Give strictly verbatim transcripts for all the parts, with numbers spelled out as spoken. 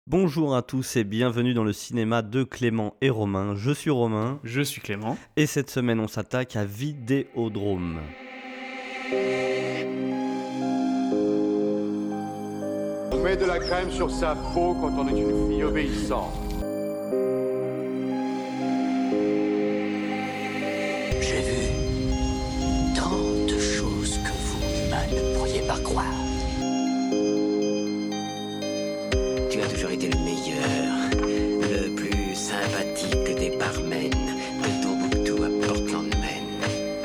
Bonjour à tous et bienvenue dans le cinéma de Clément et Romain. Je suis Romain Je suis Clément. et cette semaine on s'attaque à Vidéodrome. On met de la crème sur sa peau quand on est une fille obéissante. J'ai vu tant de choses que vous, humains, ne pourriez pas croire. Tu as toujours été le meilleur, le plus sympathique des barmen de Tombouctou à Portland, Maine.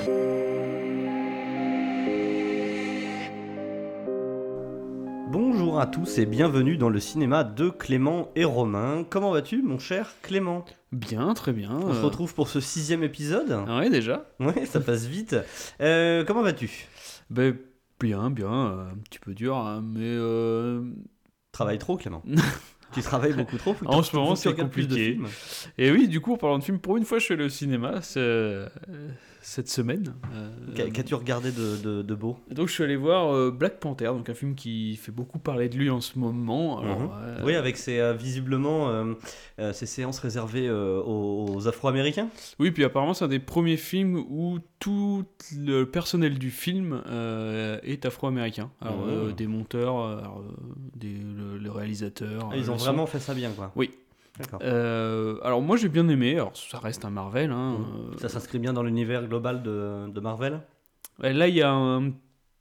Bonjour à tous et bienvenue dans le cinéma de Clément et Romain. Comment vas-tu mon cher Clément ? Bien, très bien. On se euh, retrouve pour ce sixième épisode. Ah ouais, déjà. Ouais, ça passe vite. Euh, comment vas-tu ? Ben, bien, bien. euh, un petit peu dur, hein, mais... euh, Travaille trop Clément. Tu travailles beaucoup trop. Faut que En tu- ce moment, faut que tu c'est regardes plus de compliqué. films. Et oui, du coup, en parlant de film, pour une fois, je suis allé au cinéma c'est, euh, cette semaine. euh, Qu'a- Qu'as-tu regardé de, de, de beau ? Donc, je suis allé voir euh, Black Panther, donc un film qui fait beaucoup parler de lui en ce moment. Alors, Mhm. euh, Oui, avec ces, euh, visiblement euh, euh, ces séances réservées euh, aux, aux Afro-Américains. Oui, puis apparemment, c'est un des premiers films où tout le personnel du film euh, est afro-américain. Alors, Mhm. euh, des monteurs, euh, alors, euh, des, le, le réalisateur. Ah, ils euh, ont le son. vraiment fait ça bien, quoi. Oui. D'accord. Euh, alors moi j'ai bien aimé, alors ça reste un Marvel. Hein, Mhm. euh, Ça s'inscrit bien dans l'univers global de, de Marvel. ouais, là il y a un...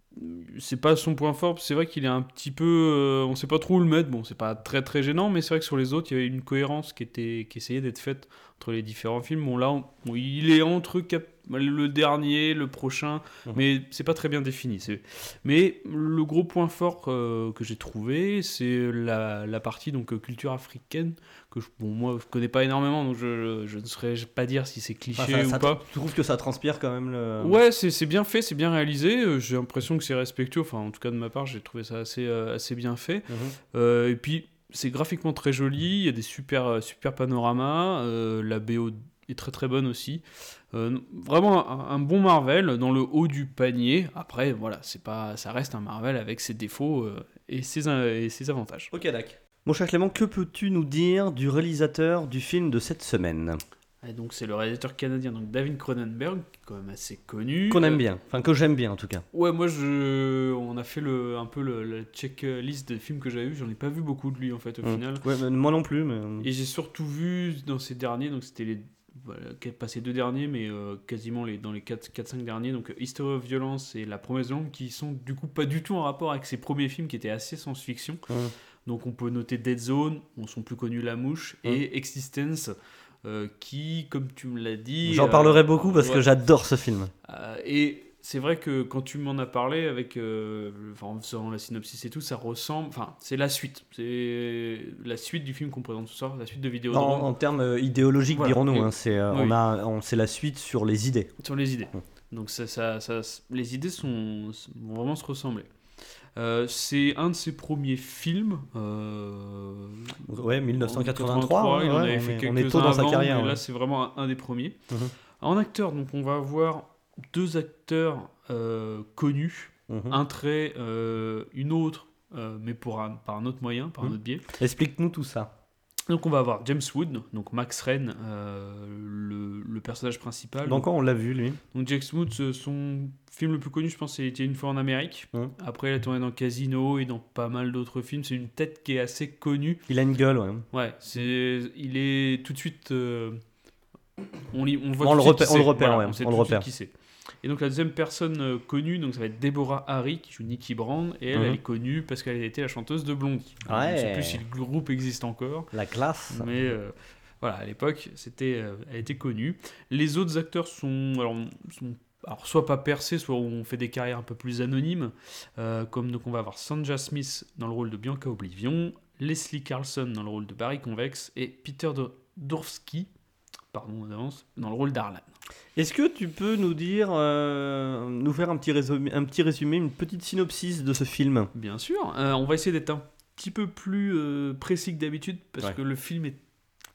C'est pas son point fort, c'est vrai qu'il est un petit peu... euh, on sait pas trop où le mettre, bon c'est pas très très gênant, mais c'est vrai que sur les autres il y avait une cohérence qui, était, qui essayait d'être faite entre les différents films. Bon là, on- bon, il est entre cap- le dernier, le prochain, Mhm. mais c'est pas très bien défini. c'est- Mais le gros point fort euh, que j'ai trouvé, c'est la, la partie donc euh, culture africaine, que je, bon, moi je connais pas énormément, donc je, je ne saurais pas dire si c'est cliché Enfin, ça- ou ça- pas. Tu trouves que ça transpire quand même le... Ouais, c'est c'est bien fait, c'est bien réalisé. euh, J'ai l'impression que c'est respectueux. Enfin, en tout cas de ma part, j'ai trouvé ça assez, euh, assez bien fait. Mhm. Euh, et puis, c'est graphiquement très joli. Il y a des super, euh, super panoramas. euh, la B O est très très bonne aussi. Euh, vraiment un, un bon Marvel dans le haut du panier. Après, voilà, c'est pas, ça reste un Marvel avec ses défauts euh, et, ses, et ses avantages. Ok, d'accord. Mon cher Clément, que peux-tu nous dire du réalisateur du film de cette semaine ? Et donc, c'est le réalisateur canadien, donc David Cronenberg, qui est quand même assez connu. Qu'on aime Euh, bien, enfin que j'aime bien en tout cas. Ouais, moi, je... on a fait le... un peu le... la checklist des films que j'avais vus. J'en ai pas vu beaucoup de lui, en fait, au Mhm. final. Ouais, mais moi non plus, mais... Et j'ai surtout vu dans ces derniers, donc c'était les... Voilà, pas ces deux derniers, mais euh, quasiment les... dans les quatre cinq derniers, donc History of Violence et La Promesse de l'Ombre, qui sont du coup pas du tout en rapport avec ses premiers films qui étaient assez science-fiction. Mhm. Donc on peut noter Dead Zone, on sont plus connus La Mouche, Mhm. et Existence, euh, qui, comme tu me l'as dit... J'en euh, parlerai beaucoup parce ouais. que j'adore ce film. Euh, et c'est vrai que quand tu m'en as parlé avec euh, enfin, en faisant la synopsis et tout, ça ressemble. Enfin, c'est la suite. C'est la suite du film qu'on présente ce soir, la suite de En, Vidéodrome en termes euh, idéologiques, Voilà. dirons-nous, Et- hein, c'est, euh, oui. on a, on, c'est la suite sur les idées. sur les idées. Mm. Donc ça, ça, ça- les idées sont, vont vraiment se ressembler. Euh, c'est un de ses premiers films. Euh, Ouais, dix-neuf cent en quatre-vingt-trois, il en ouais, avait on fait est- on est quelques-uns tôt dans sa avant, carrière, mais ouais. là, c'est vraiment un, un des premiers. Mhm. En acteur, donc on va avoir deux acteurs euh, connus. Mhm. Un trait, euh, une autre, euh, mais pour un, par un autre moyen, par un Mhm. autre biais. Explique-nous tout ça. Donc on va avoir James Wood, donc Max Rennes, euh, le, le personnage principal. Dans quoi on l'a vu, lui ? Donc James Wood, euh, son film le plus connu, je pense, c'est Était une fois en Amérique. Mhm. Après, il a tourné dans Casino et dans pas mal d'autres films. C'est une tête qui est assez connue. Il a une gueule, ouais. Ouais, c'est, il est tout de suite. euh, on, lit- on voit On tout le de suite repère- qui on le c'est. repère, Voilà, ouais, on sait on le tout de suite repère. qui c'est. Et donc la deuxième personne euh, connue, donc ça va être Deborah Harry qui joue Nikki Brand, et elle, Mhm. elle est connue parce qu'elle a été la chanteuse de Blondie. Alors, Je ne sais Ouais. plus si le groupe existe encore, La classe. mais euh, voilà, à l'époque, c'était, euh, elle était connue. Les autres acteurs sont, alors, sont alors, soit pas percés, soit on fait des carrières un peu plus anonymes, euh, comme donc on va avoir Sandra Smith dans le rôle de Bianca Oblivion, Leslie Carlson dans le rôle de Barry Convex, et Peter Do- Dorsky, pardon d'avance, dans le rôle d'Arlan. Est-ce que tu peux nous dire, euh, nous faire un petit, résumé, un petit résumé, une petite synopsis de ce film ? Bien sûr, euh, on va essayer d'être un petit peu plus euh, précis que d'habitude, parce Ouais. que le film est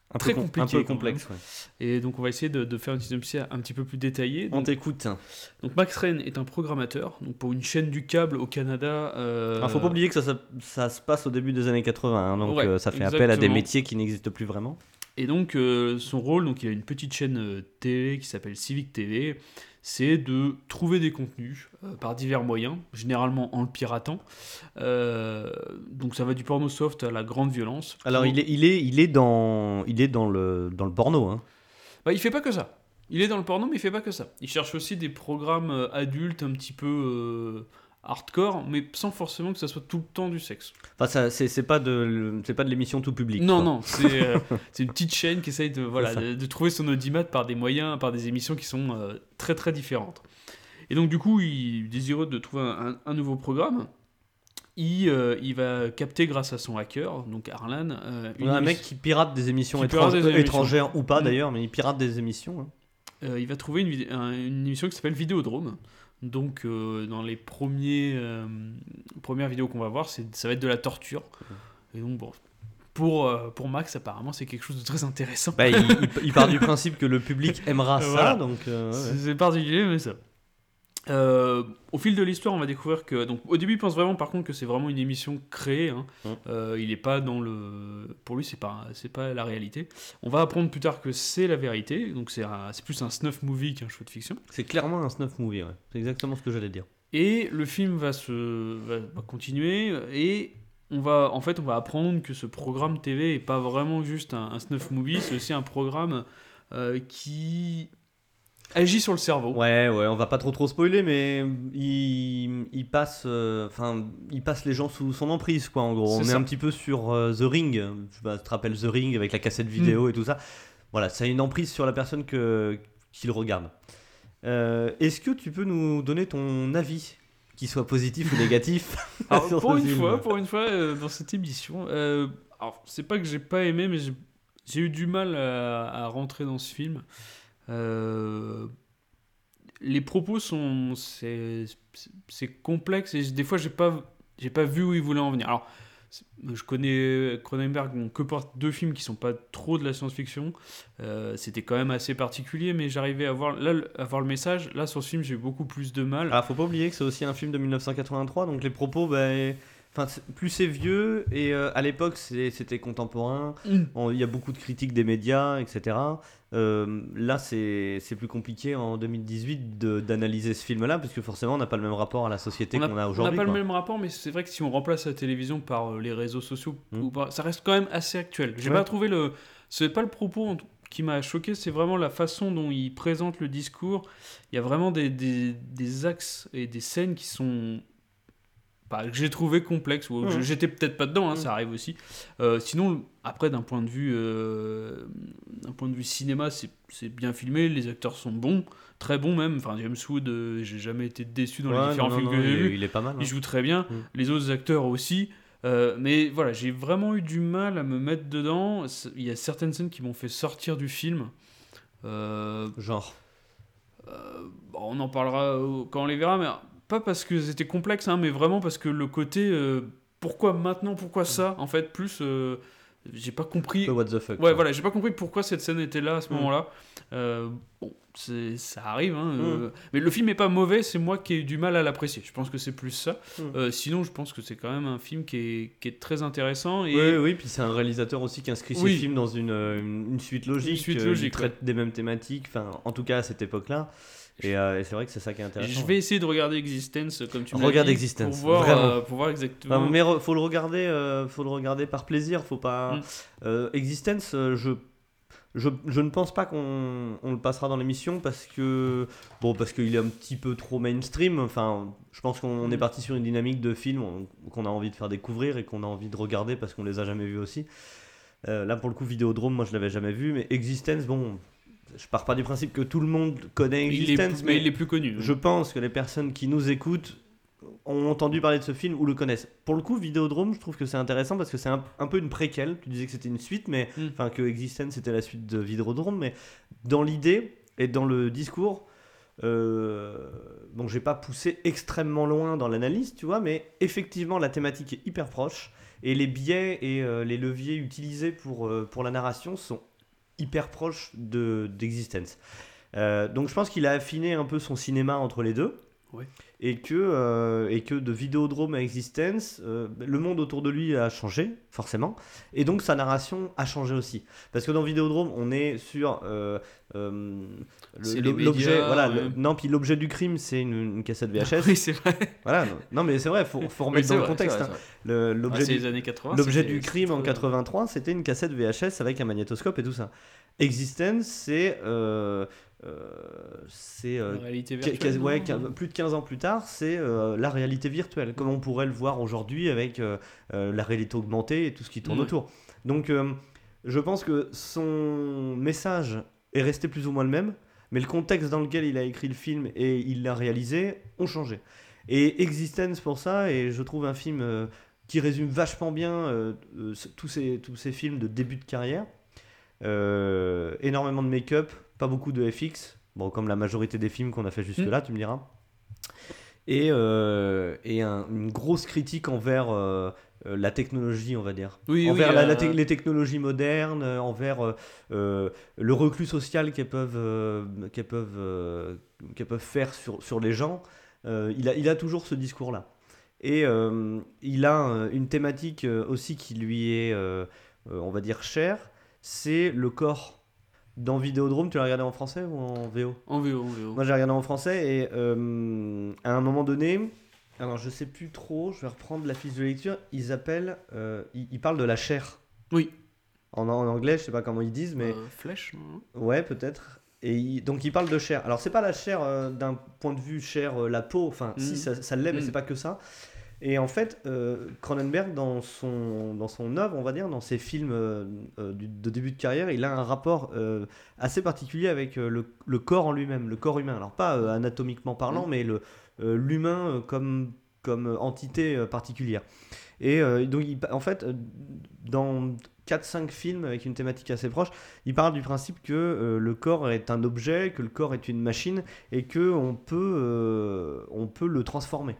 Un très peu, com- compliqué. un peu quand complexe. même. Ouais. Et donc on va essayer de, de faire une synopsis un petit peu plus détaillée. On Donc, t'écoute. donc Max Reyne est un programmateur donc pour une chaîne du câble au Canada. Euh... Alors, faut pas oublier que ça, ça, ça se passe au début des années quatre-vingts, hein, donc Ouais, euh, ça fait appel à des exactement. métiers qui n'existent plus vraiment. Et donc euh, son rôle, donc il a une petite chaîne euh, télé qui s'appelle Civic T V, c'est de trouver des contenus euh, par divers moyens, généralement en le piratant. Euh, donc ça va du porno soft à la grande violence. Alors Pour- il est, il est, il est dans, il est dans le, dans le porno. Hein. Bah, il fait pas que ça. Il est dans le porno, mais il fait pas que ça. Il cherche aussi des programmes euh, adultes un petit peu euh, hardcore, mais sans forcément que ça soit tout le temps du sexe. Enfin, ça, c'est, c'est pas de, c'est pas de l'émission tout public. Non, quoi. non, c'est euh, c'est une petite chaîne qui essaye de, voilà, C'est ça. de, de trouver son audimat par des moyens, par des émissions qui sont euh, très très différentes. Et donc du coup, il désireux de trouver un, un nouveau programme. Il, euh, il va capter grâce à son hacker, donc Arlan, euh, On a un mec qui pirate des émissions, Qui pirate étranges- des émissions. étrangères ou pas Mm. d'ailleurs, mais il pirate des émissions. Hein. euh, il va trouver une, vidé- un- une émission qui s'appelle Vidéodrome. Donc euh, dans les premiers, euh, premières vidéos qu'on va voir, c'est, ça va être de la torture. Et donc bon, pour, euh, pour Max, apparemment, c'est quelque chose de très intéressant. Bah, il, il- il part du principe que le public aimera ça, Voilà. donc. euh, ouais, C'est ouais. c'est particulier, mais ça. Euh, au fil de l'histoire, on va découvrir que. Donc, au début, il pense vraiment, par contre, que c'est vraiment une émission créée. Hein. Mm. Euh, il est pas dans le. Pour lui, c'est pas, c'est pas la réalité. On va apprendre plus tard que c'est la vérité. Donc, c'est, un- c'est plus un snuff movie qu'un show de fiction. C'est clairement un snuff movie. Ouais. C'est exactement ce que j'allais dire. Et le film va se va, va continuer et on va en fait on va apprendre que ce programme T V est pas vraiment juste un, un snuff movie, c'est aussi un programme euh, qui agit sur le cerveau. Ouais, ouais, on va pas trop trop spoiler, mais il, il passe, euh, enfin, il passe les gens sous son emprise, quoi. En gros, C'est on est ça. un petit peu sur euh, The Ring. Je sais pas, tu te rappelles The Ring avec la cassette vidéo et tout ça. Voilà, ça a une emprise sur la personne que qui le regarde. Euh, est-ce que tu peux nous donner ton avis, qu'il soit positif ou négatif Alors, sur pour ce une film fois, pour une fois euh, dans cette émission, euh, alors c'est pas que j'ai pas aimé, mais j'ai, j'ai eu du mal à, à rentrer dans ce film. Euh, les propos sont c'est, c'est, c'est complexe et des fois j'ai pas j'ai pas vu où ils voulaient en venir. Alors c'est- je connais Cronenberg bon, que par deux films qui sont pas trop de la science-fiction. Euh, c'était quand même assez particulier, mais j'arrivais à voir là le- à voir le message. Là sur ce film j'ai eu beaucoup plus de mal. Alors, faut pas oublier que c'est aussi un film de dix-neuf cent quatre-vingt-trois, donc les propos, ben, enfin, c'est- plus c'est vieux et euh, à l'époque c'est- c'était contemporain. Mm. On- Il y a beaucoup de critiques des médias, et cetera. Euh, là, c'est c'est plus compliqué en deux mille dix-huit de- d'analyser ce film-là, parce que forcément, on n'a pas le même rapport à la société On a- qu'on a On aujourd'hui. n'a pas quoi. le même rapport, mais c'est vrai que si on remplace la télévision par euh, les réseaux sociaux, Mm. ou par- ça reste quand même assez actuel. J'ai Ouais. pas trouvé le. C'est pas le propos en tout- qui m'a choqué, c'est vraiment la façon dont il présente le discours. Il y a vraiment des, des, des axes et des scènes qui sont. Bah, que j'ai trouvé complexes, ou que Mm. j'étais peut-être pas dedans, hein, Mm. ça arrive aussi. Euh, sinon, après, d'un point de vue, euh, d'un point de vue cinéma, c'est, c'est bien filmé, les acteurs sont bons, très bons même. Enfin, James Wood, euh, j'ai jamais été déçu dans les Ouais, différents non, films non, que non, j'ai il, vus. est- il est pas mal. hein. Il joue très bien, Mm. les autres acteurs aussi. Euh, mais voilà, j'ai vraiment eu du mal à me mettre dedans. C'est- Il y a certaines scènes qui m'ont fait sortir du film. Euh, Genre. euh, bon, on en parlera euh, quand on les verra, mais pas parce que c'était complexe, hein, mais vraiment parce que le côté euh, pourquoi maintenant, pourquoi ça, en fait, plus euh, j'ai pas compris. peu what the fuck. Ouais, quoi. voilà, j'ai pas compris pourquoi cette scène était là à ce Mm. moment-là. Euh, bon, c'est, ça arrive, hein, euh, mais le film est pas mauvais, c'est moi qui ai eu du mal à l'apprécier. Je pense que c'est plus ça. Mm. Euh, sinon, je pense que c'est quand même un film qui est, qui est très intéressant. Et Oui, oui, puis c'est un réalisateur aussi qui inscrit Oui. ses films dans une, euh, une, une suite logique. Une suite euh, logique, il traite des mêmes thématiques, enfin, en tout cas à cette époque-là. Et, euh, et c'est vrai que c'est ça qui est intéressant. je vais essayer de regarder Existence, comme tu me l'as Regarde dit, Existence, pour voir, vraiment. euh, pour voir exactement. Enfin, mais re- faut le regarder, euh, faut le regarder par plaisir, faut pas. Mm. Euh, Existence, euh, je, je, je ne pense pas qu'on on le passera dans l'émission parce que bon, parce qu'il est un petit peu trop mainstream. Enfin, je pense qu'on Mm. est parti sur une dynamique de film on- qu'on a envie de faire découvrir et qu'on a envie de regarder parce qu'on les a jamais vus aussi. Euh, là, pour le coup, Vidéodrome, moi, je l'avais jamais vu, mais Existence, bon, je pars pas du principe que tout le monde connaît il est, Existence, mais il est plus connu. je pense que les personnes qui nous écoutent ont entendu parler de ce film ou le connaissent. Pour le coup, Vidéodrome, je trouve que c'est intéressant parce que c'est un, un peu une préquelle. Tu disais que c'était une suite, mais Mm. enfin que Existence c'était la suite de Vidéodrome, mais dans l'idée et dans le discours, euh, bon, j'ai pas poussé extrêmement loin dans l'analyse, tu vois, mais effectivement la thématique est hyper proche et les biais et euh, les leviers utilisés pour euh, pour la narration sont hyper proche de, d'Existence. Euh, donc je pense qu'il a affiné un peu son cinéma entre les deux. Ouais. Et que, euh, et que de Vidéodrome à Existence, euh, le monde autour de lui a changé, forcément, et donc sa narration a changé aussi. Parce que dans Vidéodrome, on est sur euh, euh, le- C'est le- les l'objet, médias, voilà, ouais. le- non, puis l'objet du crime, c'est une, une cassette V H S. Oui, c'est vrai. Voilà, non, non, mais c'est vrai, faut, faut Oui, remettre c'est dans le vrai, contexte. c'est hein. vrai, Le- c'est vrai. l'objet Ah, c'est du, les années quatre-vingts. l'objet c'était- du crime en c'était- quatre-vingt-trois, c'était une cassette V H S avec un magnétoscope et tout ça. Existence, c'est euh, euh, c'est euh, La réalité Qu- virtuelle. quasi- ouais, non quinze plus de quinze ans plus tard, c'est euh, la réalité virtuelle, comme on pourrait le voir aujourd'hui avec euh, euh, la réalité augmentée et tout ce qui tourne Ouais. autour. Donc, euh, je pense que son message est resté plus ou moins le même, mais le contexte dans lequel il a écrit le film et il l'a réalisé ont changé. Et Existence pour ça, et je trouve un film euh, qui résume vachement bien euh, euh, ce- tous, ces, tous ces films de début de carrière. Euh, énormément de make-up, pas beaucoup de F X, bon, comme la majorité des films qu'on a fait jusque-là, tu me diras. Et, euh, et un- une grosse critique envers euh, euh, la technologie, on va dire. Oui, envers oui, la- euh, la te- les technologies modernes, euh, envers euh, euh, le reclus social qu'elles peuvent, euh, qu'elles peuvent, euh, qu'elles peuvent faire sur, sur les gens. Euh, il, a, il a toujours ce discours-là. Et euh, il a euh, une thématique euh, aussi qui lui est, euh, euh, on va dire, chère, c'est le corps. Dans Vidéodrome, tu l'as regardé en français ou en V O ? En V O, en V O. Moi j'ai regardé en français et euh, à un moment donné, alors je sais plus trop, je vais reprendre la fiche de lecture, ils appellent, euh, ils, ils parlent de la chair. Oui. En, en anglais, je sais pas comment ils disent, mais Euh, Flèche, non ouais peut-être. Et ils- donc ils parlent de chair. Alors c'est pas la chair euh, d'un point de vue chair, euh, la peau, enfin Mhm. si ça, ça l'est, mais Mhm. c'est pas que ça. Et en fait, euh, Cronenberg, dans son, dans son œuvre, on va dire, dans ses films euh, euh, du- de début de carrière, il a un rapport euh, assez particulier avec euh, le, le corps en lui-même, le corps humain. Alors pas euh, anatomiquement parlant, Mhm. mais le, euh, l'humain euh, comme, comme entité euh, particulière. Et euh, donc, il- en fait, euh, dans quatre cinq films avec une thématique assez proche, il parle du principe que euh, le corps est un objet, que le corps est une machine, et qu'on peut, euh, on peut le transformer.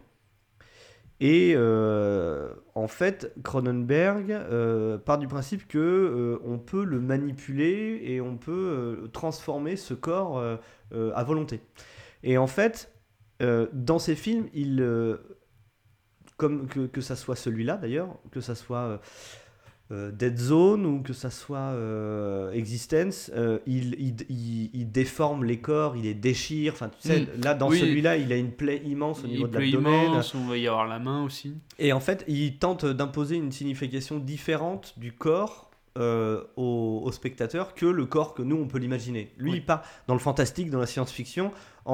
Et euh, en fait, Cronenberg euh, part du principe que euh, on peut le manipuler et on peut euh, transformer ce corps euh, euh, à volonté. Et en fait, euh, dans ces films, il, euh, comme que, que ça soit celui-là d'ailleurs, que ça soit euh, euh, Dead Zone ou que ça soit euh, Existence, euh, il, il, il, il déforme les corps, il les déchire. Enfin, tu sais, Mm. là dans Oui. celui-là, il a une plaie immense au Il niveau de pleut l'abdomen. immense, on va y avoir la main aussi. Et en fait, il tente d'imposer une signification différente du corps euh, au, au spectateur que le corps que nous on peut l'imaginer. Lui, Oui. il part dans le fantastique, dans la science-fiction,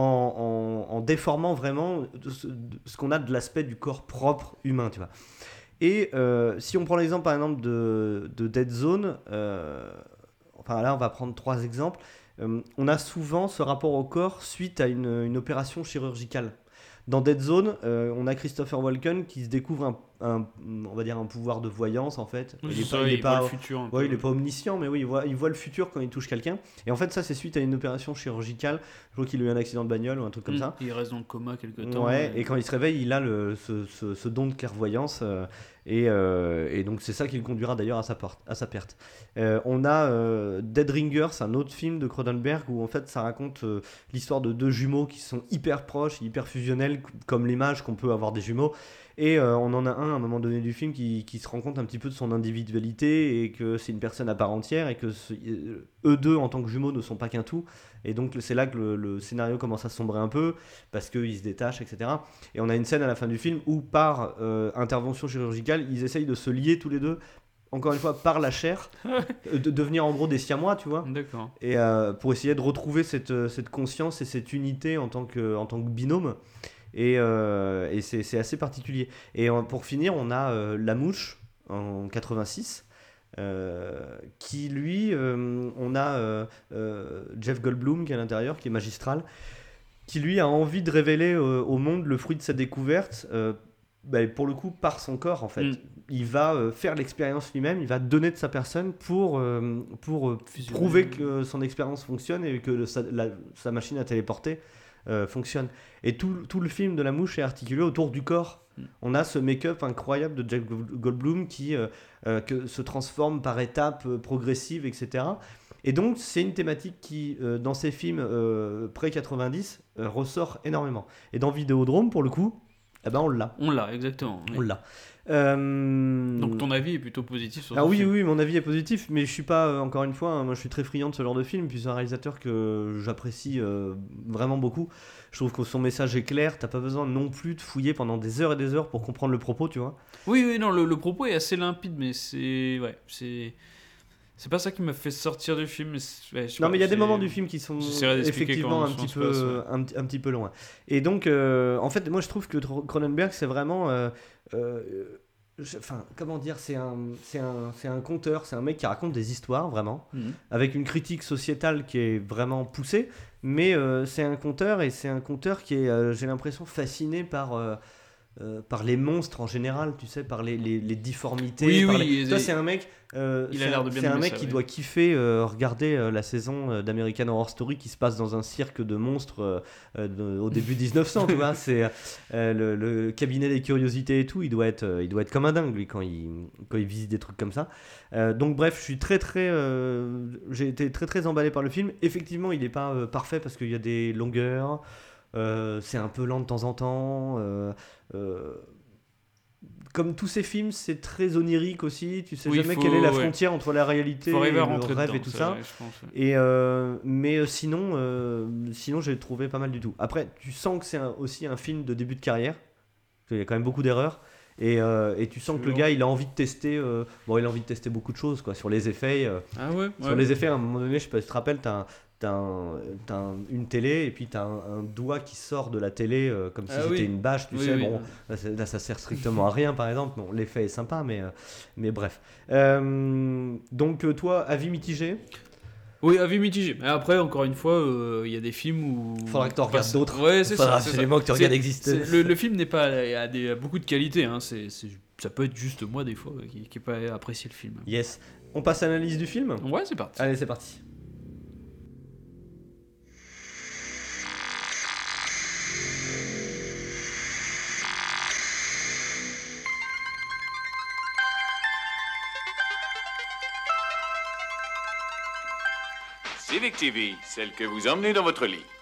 en, en- en déformant vraiment de ce, de ce qu'on a de l'aspect du corps propre humain, tu vois. Et euh, si on prend l'exemple par exemple de, de Dead Zone, euh, enfin là on va prendre trois exemples. Euh, on a souvent ce rapport au corps suite à une, une opération chirurgicale. Dans Dead Zone, euh, on a Christopher Walken qui se découvre un, un- on va dire un pouvoir de voyance en fait. Oui, il c'est est ça, pas, il est il pas- voit le futur un ouais, peu. il est pas omniscient, mais oui, il voit, il voit le futur quand il touche quelqu'un. Et en fait, ça, c'est suite à une opération chirurgicale. Je crois qu'il a eu un accident de bagnole ou un truc comme Mm. ça. Il reste dans le coma quelque temps. Ouais, et quand il se réveille, il a le, ce, ce- ce don de clairvoyance. euh, et, euh, et donc, c'est ça qui le conduira d'ailleurs à sa, porte, à sa perte. Euh, on a euh, Dead Ringers, un autre film de Cronenberg où en fait ça raconte euh, l'histoire de deux jumeaux qui sont hyper proches, hyper fusionnels, c- comme l'image qu'on peut avoir des jumeaux. Et euh, on en a un à un moment donné du film qui, qui se rend compte un petit peu de son individualité et que c'est une personne à part entière et que ce- euh, eux deux en tant que jumeaux ne sont pas qu'un tout. Et donc c'est là que le, le scénario commence à sombrer un peu parce qu'ils se détachent, et cetera. Et on a une scène à la fin du film où par euh, intervention chirurgicale, ils essayent de se lier tous les deux, encore une fois par la chair, euh, de devenir en gros des siamois, tu vois. D'accord. Et euh, pour essayer de retrouver cette, euh, cette conscience et cette unité en tant que, en tant que binôme. Et, euh, et c'est, c'est assez particulier. Et euh, pour finir, on a euh, La Mouche en quatre-vingt-six. euh, qui lui, euh, on a euh, euh, Jeff Goldblum qui est à l'intérieur, qui est magistral, qui lui a envie de révéler euh, au monde le fruit de sa découverte, euh, bah, pour le coup par son corps en fait. Mm. Il va euh, faire l'expérience lui-même, il va donner de sa personne pour, euh, pour euh, Fusionner. prouver que son expérience fonctionne et que le- sa, la- sa machine à téléporter euh, fonctionne. Et tout, tout le film de La Mouche est articulé autour du corps. Mm. On a ce make-up incroyable de Jeff Goldblum qui euh, euh, que se transforme par étapes euh, progressives, et cetera. Et donc, c'est une thématique qui, euh, dans ces films euh, pré-quatre-vingt-dix, euh, ressort énormément. Et dans Vidéodrome, pour le coup, eh ben, on l'a. On l'a, exactement. On Oui. l'a. Euh... Donc ton avis est plutôt positif sur Ah ce oui, film. oui, mon avis est positif, mais je suis pas, euh, encore une fois, hein, moi je suis très friand de ce genre de film, puis c'est un réalisateur que j'apprécie euh, vraiment beaucoup. Je trouve que son message est clair, t'as pas besoin non plus de fouiller pendant des heures et des heures pour comprendre le propos, tu vois. Oui, oui, non, le, le propos est assez limpide, mais c'est... Ouais, c'est... C'est pas ça qui m'a fait sortir du film. Mais c'est- ouais, je sais Non, pas, mais il y a des c'est- moments du film qui sont J'essaierai d'expliquer effectivement comment un ça petit, se peu, passe, ouais. un, un petit peu loin. Et donc, euh, en fait, moi je trouve que Tro- Cronenberg, c'est vraiment. euh, euh, je- Enfin, comment dire, c'est un, c'est un, c'est un conteur, c'est un mec qui raconte des histoires, vraiment, Mhm. avec une critique sociétale qui est vraiment poussée, mais euh, c'est un conteur, et c'est un conteur qui est, euh, j'ai l'impression, fasciné par. euh, euh, par les monstres en général, tu sais, par les, les, les difformités. Oui, par oui, les... et- Toi, c'est un mec. euh, Il a c'est l'air un- de bien C'est un aimer mec ça, qui ouais. doit kiffer euh, regarder euh, la saison euh, d'American Horror Story qui se passe dans un cirque de monstres euh, euh, de- au début dix-neuf cents, tu vois. C'est euh, le, le cabinet des curiosités et tout. Il doit être, euh, il doit être comme un dingue lui quand il, quand il visite des trucs comme ça. Euh, donc bref, je suis très très, euh, j'ai été très très emballé par le film. Effectivement, il n'est pas euh, parfait parce qu'il y a des longueurs. Euh, c'est un peu lent de temps en temps. Euh, euh, comme tous ces films, c'est très onirique aussi. Tu sais Oui, jamais faut- quelle est la ouais. frontière entre la réalité Faut et arriver à le rentrer rêve dedans, et tout c'est ça. vrai, je pense, ouais. Et euh, mais euh, sinon, euh, sinon j'ai trouvé pas mal du tout. Après, tu sens que c'est un- aussi un film de début de carrière. Parce qu'il y a quand même beaucoup d'erreurs. Et, euh, et tu sens que le Sûr. gars, il a envie de tester. euh, bon, il a envie de tester beaucoup de choses, quoi, sur les effets. euh, Ah ouais, sur ouais. les effets, à un moment donné, je sais pas si tu te rappelles, t'as un- t'as un- t'as un- une télé et puis t'as un, un doigt qui sort de la télé euh, comme si Ah c'était oui. une bâche, tu Oui, sais. oui. Bon, là, c'est- là, ça sert strictement à rien, par exemple. Bon, l'effet est sympa, mais, euh, mais bref. Euh, donc, euh, toi, avis mitigé. Oui, avis mitigé. Mais après, encore une fois, euh, il y a des films où. Faudra que t'en regardes Passe- d'autres. Ouais, c'est Faudra ça. c'est ça. absolument que tu C'est- regardes Existence. c'est- Le, le film n'est pas. a, des, a beaucoup de qualités. Hein. C'est, c'est- ça peut être juste moi, des fois, qui n'ai pas apprécié le film. Yes. On passe à l'analyse du film. Ouais, c'est parti. Allez, c'est parti. Civic T V, celle que vous emmenez dans votre lit.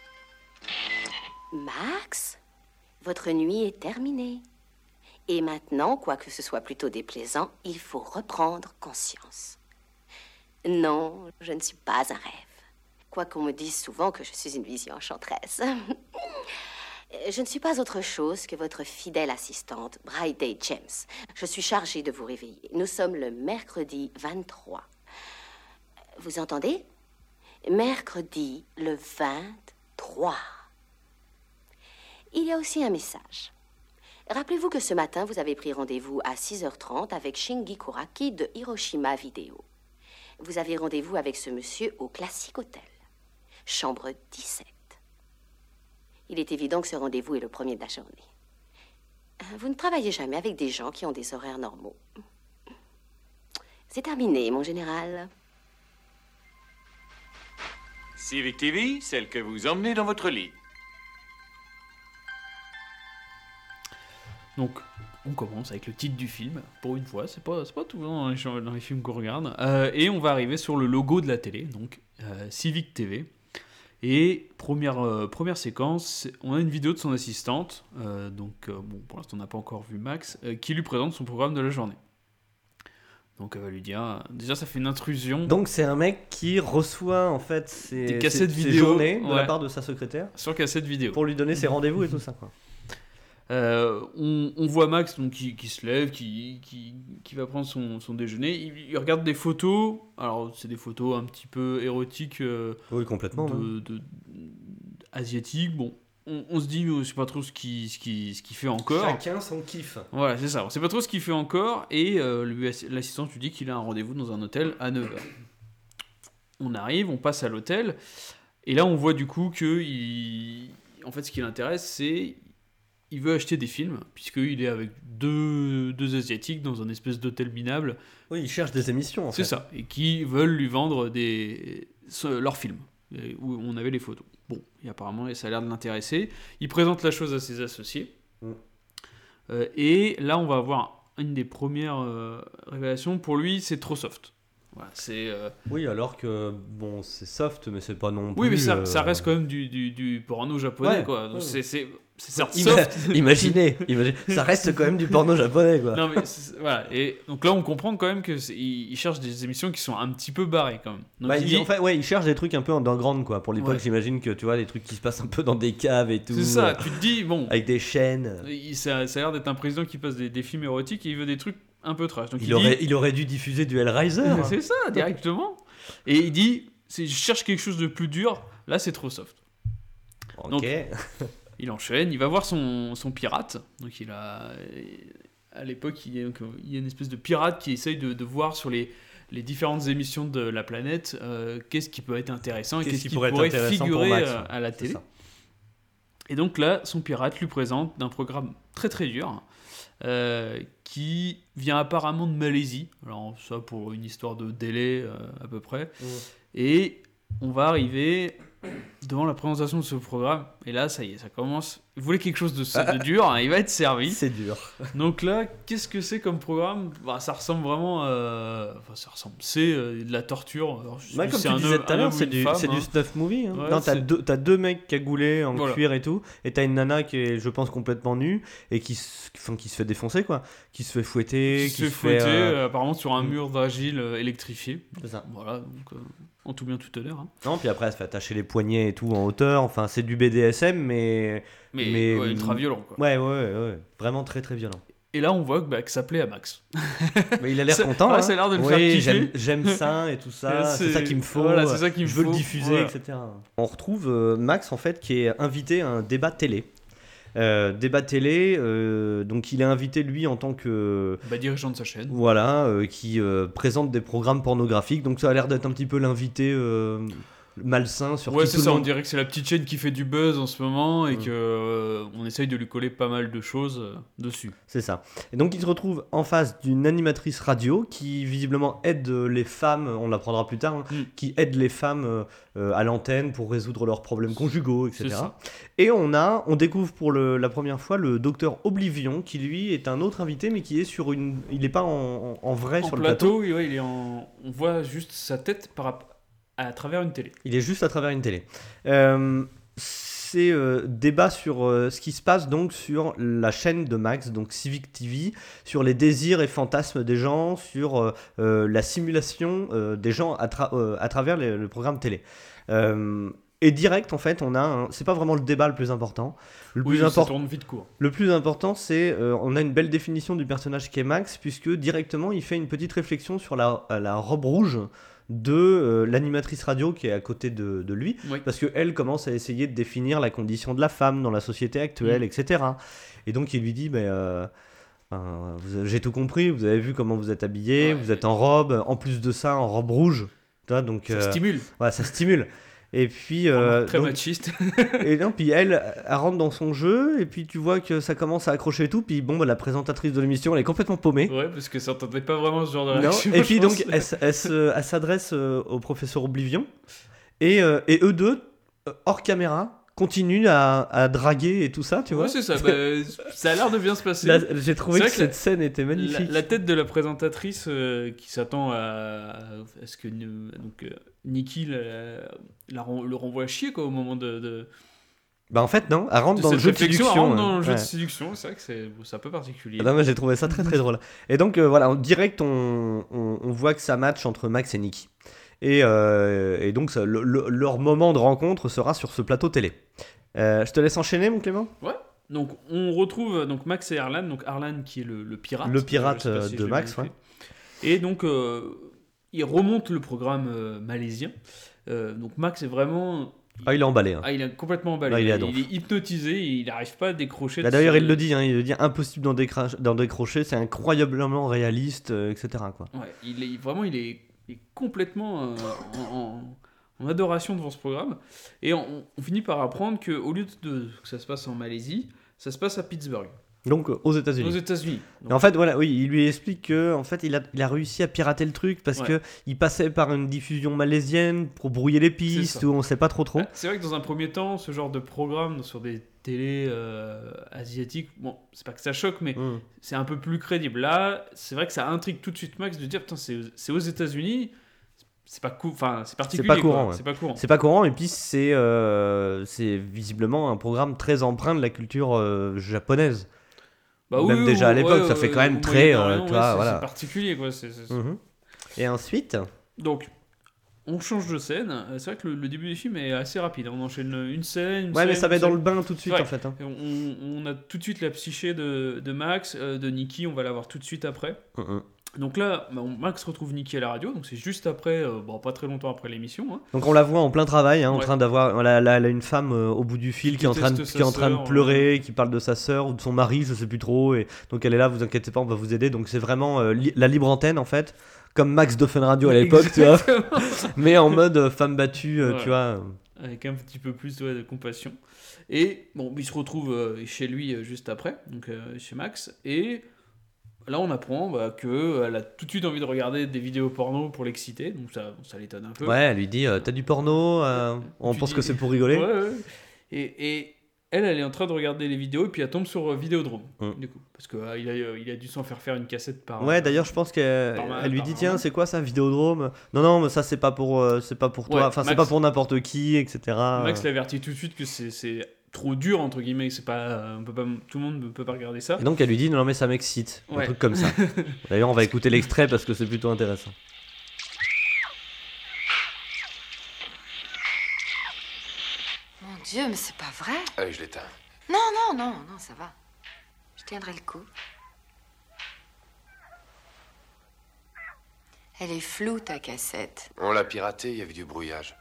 Max, votre nuit est terminée. Et maintenant, quoique ce soit plutôt déplaisant, il faut reprendre conscience. Non, je ne suis pas un rêve. Quoiqu'on me dise souvent que je suis une vision enchanteresse. Je ne suis pas autre chose que votre fidèle assistante, Bright Day James. Je suis chargée de vous réveiller. Nous sommes le mercredi vingt-trois. Vous entendez? Mercredi le vingt-trois. Il y a aussi un message. Rappelez-vous que ce matin, vous avez pris rendez-vous à six heures trente avec Shingi Kuraki de Hiroshima Vidéo. Vous avez rendez-vous avec ce monsieur au Classic Hotel, chambre dix-sept. Il est évident que ce rendez-vous est le premier de la journée. Vous ne travaillez jamais avec des gens qui ont des horaires normaux. C'est terminé, mon général. Civic T V, celle que vous emmenez dans votre lit. Donc, on commence avec le titre du film, pour une fois, c'est pas, c'est pas tout dans les, ch- dans les films qu'on regarde. Euh, et on va arriver sur le logo de la télé, donc euh, Civic T V. Et première, euh, première séquence, on a une vidéo de son assistante, euh, donc euh, bon, pour l'instant on n'a pas encore vu Max, euh, qui lui présente son programme de la journée. Donc elle va lui dire, euh, déjà ça fait une intrusion Donc, c'est un mec qui reçoit en fait ses, Des cassettes ses- ses vidéo, journées de la ouais. part de sa secrétaire sur cassette vidéo. pour lui donner ses rendez-vous et tout ça, quoi. Euh, on, on voit Max donc, qui, qui se lève, qui, qui, qui va prendre son, son déjeuner. Il, il regarde des photos. Alors, c'est des photos un petit peu érotiques, euh, Oui, complètement. hein. de, de- asiatiques. Bon, on, on se dit, on ne sait pas trop ce qu'il ce qui, ce qu'il fait encore. Chacun son kiff. Voilà, c'est ça. On ne sait pas trop ce qu'il fait encore. Et euh, lui, l'assistant lui dit qu'il a un rendez-vous dans un hôtel à neuf heures. On arrive, on passe à l'hôtel. Et là, on voit du coup que, il... en fait, ce qui l'intéresse, c'est il veut acheter des films, puisqu'il est avec deux, deux Asiatiques dans un espèce d'hôtel minable. Oui, il cherche des émissions en C'est fait. ça. Et qui veulent lui vendre des... ce- leurs films, et où on avait les photos. Bon, et apparemment, ça a l'air de l'intéresser. Il présente la chose à ses associés. Mm. Euh, et là, on va avoir une des premières euh, révélations. Pour lui, c'est trop soft. Voilà, c'est. Euh... Oui, alors que bon, c'est soft, mais c'est pas non plus. Oui, mais ça, euh... ça reste quand même du, du, du porno japonais, ouais, quoi. Donc ouais. c'est, c'est, c'est certes Ima- soft. Imaginez, imaginez, ça reste quand même du porno japonais, quoi. Non, mais c'est- voilà. Et donc là, on comprend quand même qu'ils cherchent des émissions qui sont un petit peu barrées, quand même. Donc Bah, il il- dit- en fait, ouais, ils cherchent des trucs un peu underground, quoi. Pour l'époque, Ouais. j'imagine que tu vois, des trucs qui se passent un peu dans des caves et tout. C'est ça, euh, tu te dis, bon. avec des chaînes. Il- Ça, ça a l'air d'être un président qui passe des, des films érotiques et il veut des trucs un peu trash. Donc il, Il aurait, dit, il aurait dû diffuser du Hellraiser. c'est ça, directement. Et il dit, c'est, je cherche quelque chose de plus dur, là c'est trop soft. Ok. Donc, Il enchaîne, il va voir son, son pirate. Donc il a, à l'époque, il y a, donc, il y a une espèce de pirate qui essaye de, de voir sur les, les différentes émissions de la planète euh, qu'est-ce qui peut être intéressant et Qu'est-ce qu'est-ce qui qui pourrait pourrait, être intéressant pour figurer Max, euh, ouais. à la C'est télé. ça. Et donc là, son pirate lui présente un programme très très dur euh, qui vient apparemment de Malaisie. Alors ça pour une histoire de délai euh, à peu près. Mmh. Et on va arriver devant la présentation de ce programme. Et là, ça y est, ça commence. Il voulait quelque chose de, de dur, hein, il va être servi. C'est dur. Donc là, qu'est-ce que c'est comme programme ? Bah, ça ressemble vraiment. Euh... Enfin, ça ressemble. C'est euh, de la torture. Alors, je sais Ouais, plus comme si tu un disais homme- tout à un l'heure, homme ou c'est une du, femme, c'est hein. du snuff movie. Hein. Ouais, non, t'as c'est- deux, t'as deux mecs cagoulés en Voilà. cuir et tout, et t'as une nana qui est, je pense, complètement nue et qui, se- enfin, qui se fait défoncer, quoi. Qui se fait fouetter, Qui se fait fouetter euh, euh, apparemment sur un mm. mur d'argile euh, électrifié. c'est ça. Voilà, donc euh, en tout bien tout honneur. Hein. Non, puis après, elle se fait attacher les poignets et tout en hauteur. Enfin, c'est du B D S M, mais. Mais, Mais- ouais, ultra violent quoi. Ouais, ouais, ouais, ouais. Vraiment très, très violent. Et là, on voit que, bah, que ça plaît à Max. Mais il a l'air Ça- content. ouais, hein. ça a l'air de le Oui, faire kiffer. j'aime, j'aime ça et tout ça. C'est- c'est ça qu'il me faut. voilà, c'est ça qu'il me Je veux faut. le diffuser, Voilà. et cetera. On retrouve euh, Max, en fait, qui est invité à un débat télé. Euh, débat télé, euh, donc il est invité lui en tant que Bah, dirigeant de sa chaîne. voilà euh, qui euh, présente des programmes pornographiques, donc ça a l'air d'être un petit peu l'invité euh, malsain sur Ouais, qui c'est tout ça, le on monde... dirait que c'est la petite chaîne qui fait du buzz en ce moment et Mm. que euh, on essaye de lui coller pas mal de choses euh, dessus. C'est ça. Et donc il se retrouve en face d'une animatrice radio qui visiblement aide les femmes, on l'apprendra plus tard, hein, Mm. qui aide les femmes euh, euh, à l'antenne pour résoudre leurs problèmes conjugaux, et C'est cetera. ça. Et on a, on découvre pour le- la première fois le docteur Oblivion qui lui est un autre invité mais qui est sur une, il n'est pas en, en- en vrai En sur le plateau. plateau, ouais, il est en... on voit juste sa tête par rapport à travers une télé. Il est juste à travers une télé. Euh, c'est euh, débat sur euh, ce qui se passe donc sur la chaîne de Max, donc Civic T V, sur les désirs et fantasmes des gens, sur euh, euh, la simulation euh, des gens à, tra- euh, à travers les- le programme télé. Euh, et direct, en fait, on a, un- c'est pas vraiment le débat le plus important. Le Oui, plus ça important. tourne vite court. Le plus important, c'est euh, on a une belle définition du personnage qu'est Max, puisque directement il fait une petite réflexion sur la, la robe rouge de euh, l'animatrice radio qui est à côté de, de lui, Oui. parce qu'elle commence à essayer de définir la condition de la femme dans la société actuelle, Mm. et cetera. Et donc il lui dit, mais, euh, enfin, vous- j'ai tout compris, vous avez vu comment vous êtes habillé, Ouais. vous êtes en robe, en plus de ça, en robe rouge. Tu vois, donc, Ça euh, stimule. voilà, ça stimule. Et puis, euh, Très donc- machiste. et non, puis elle, elle rentre dans son jeu, et puis tu vois que ça commence à accrocher et tout, puis bon, bah, la présentatrice de l'émission, elle est complètement paumée. Ouais, parce que ça entendait pas vraiment ce genre de Non. réaction. Et puis je donc, pense. elle, s- elle se- elle s'adresse euh, au professeur Oblivion, et, euh, et eux deux, euh, hors caméra, continuent à, à draguer et tout ça, tu vois. Ouais, c'est ça. Bah, ça a l'air de bien se passer. Là, j'ai trouvé C'est que vrai que cette scène était La, magnifique. la tête de la présentatrice euh, qui s'attend à, à ce que euh, donc, euh, Nikki la, la ren- le renvoie à chier quoi, au moment de, de, Bah en fait, non, elle rentre de dans le cette jeu de réflexion. séduction. Elle rentre hein. dans le jeu Ouais. de séduction, c'est vrai que c'est bon, c'est un peu particulier. Ah non, mais j'ai trouvé ça très très drôle. Et donc euh, voilà, en direct, on, on, on voit que ça match entre Max et Nikki. Et, euh, et donc ça, le- le- leur moment de rencontre sera sur ce plateau télé. Euh, je te laisse enchaîner, mon Clément. Donc on retrouve donc Max et Arlan, donc Arlan qui est le, le pirate. Le pirate, Je sais pas euh, si de je l'ai Max, bien fait. Et donc euh, il remonte le programme euh, malaisien. Euh, donc Max est vraiment... Ah, il est emballé. Hein. Ah, il est complètement emballé. Ah, il est à il, donf. est hypnotisé, il n'arrive pas à décrocher. Là, de d'ailleurs, ce- il le dit, hein, il le dit impossible d'en, décra- d'en décrocher, c'est incroyablement réaliste, euh, et cetera. Quoi. Ouais, il est vraiment, il est, il est complètement euh, en, en- en adoration devant ce programme. Et on, on finit par apprendre que au lieu de que ça se passe en Malaisie, ça se passe à Pittsburgh, Donc, euh, aux États-Unis. aux États-Unis. Et en fait, voilà, oui, il lui explique que en fait, il a, il a réussi à pirater le truc parce Ouais. que il passait par une diffusion malaisienne pour brouiller les pistes ça. où on sait pas trop trop. Ah, c'est vrai que dans un premier temps, ce genre de programme sur des télés euh, asiatiques, bon, c'est pas que ça choque, mais Mm. c'est un peu plus crédible. Là, c'est vrai que ça intrigue tout de suite Max de dire putain, c'est, c'est aux États-Unis. c'est pas cou- enfin c'est particulier. C'est pas courant, quoi. ouais. C'est pas courant. C'est pas courant, et puis c'est, euh, c'est visiblement un programme très empreint de la culture euh, japonaise. Bah Même oui, déjà oui, à l'époque, ouais, ça fait ouais, quand même au très, Moyen-Orient, euh, ouais, tu vois, c'est, voilà. c'est particulier quoi. C'est, c'est- Mhm. Et ensuite, Donc, on change de scène. C'est vrai que le, le début du film est assez rapide. On enchaîne une scène, une ouais, scène. mais ça une met dans scène. le bain tout de suite Ouais. en fait. Hein. Et On, on a tout de suite la psyché de, de Max, euh, de Nikki, on va la voir tout de suite après. Mhm. Donc là, bah, on- Max retrouve Nikki à la radio, donc c'est juste après, euh, bon, pas très longtemps après l'émission. Hein. Donc on la voit en plein travail, hein, en Ouais. train d'avoir, elle a, elle a- elle a une femme euh, au bout du fil Qui qui est en train de, déteste qui est en sa train de sœur, pleurer, qui parle de sa sœur ou de son mari, je sais plus trop, et donc elle est là, vous inquiétez pas, on va vous aider. Donc c'est vraiment euh, li- la libre antenne en fait, comme Max de Fun Radio à l'époque, tu vois, Exactement. mais en mode euh, femme battue, euh, Ouais. tu vois. Avec un petit peu plus ouais, de compassion. Et bon, il se retrouve euh, chez lui euh, juste après, donc euh, chez Max, et là on apprend bah, qu'elle a tout de suite envie de regarder des vidéos porno pour l'exciter, donc ça, ça l'étonne un peu. Ouais, elle lui dit, euh, t'as du porno, euh, on Tu pense dis- que c'est pour rigoler. Ouais, ouais. Et, et elle, elle est en train de regarder les vidéos, et puis elle tombe sur euh, Vidéodrome, Mm. du coup, parce qu'il a, euh, il a dû s'en faire faire une cassette par... Ouais, euh, d'ailleurs, je pense qu'elle par ma- elle lui par dit maman. tiens, c'est quoi ça, Vidéodrome? Non, non, mais ça c'est pas pour, euh, c'est pas pour toi. Ouais, Enfin, c'est Max- pas pour n'importe qui, et cetera. Max l'avertit tout de suite que c'est, c'est trop dur, entre guillemets, c'est pas, euh, on peut pas, tout le monde ne peut pas regarder ça. Et donc elle lui dit non, non mais ça m'excite, un Ouais. truc comme ça. D'ailleurs, on va écouter l'extrait parce que c'est plutôt intéressant. Mon Dieu, mais c'est pas vrai. Allez, je l'éteins. Non, non, non, non, ça va. Je tiendrai le coup. Elle est floue, ta cassette. On l'a piraté, il y avait du brouillage.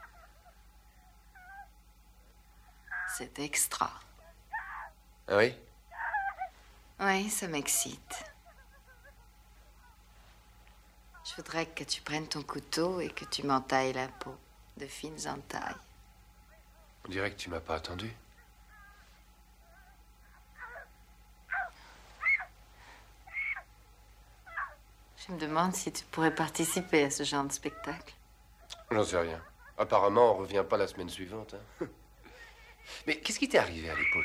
C'est extra. Ah oui? Oui, ça m'excite. Je voudrais que tu prennes ton couteau et que tu m'entailles la peau de fines entailles. On dirait que tu m'as pas attendu. Je me demande si tu pourrais participer à ce genre de spectacle. J'en sais rien. Apparemment, on revient pas la semaine suivante. Hein. Mais qu'est-ce qui t'est arrivé à l'épaule?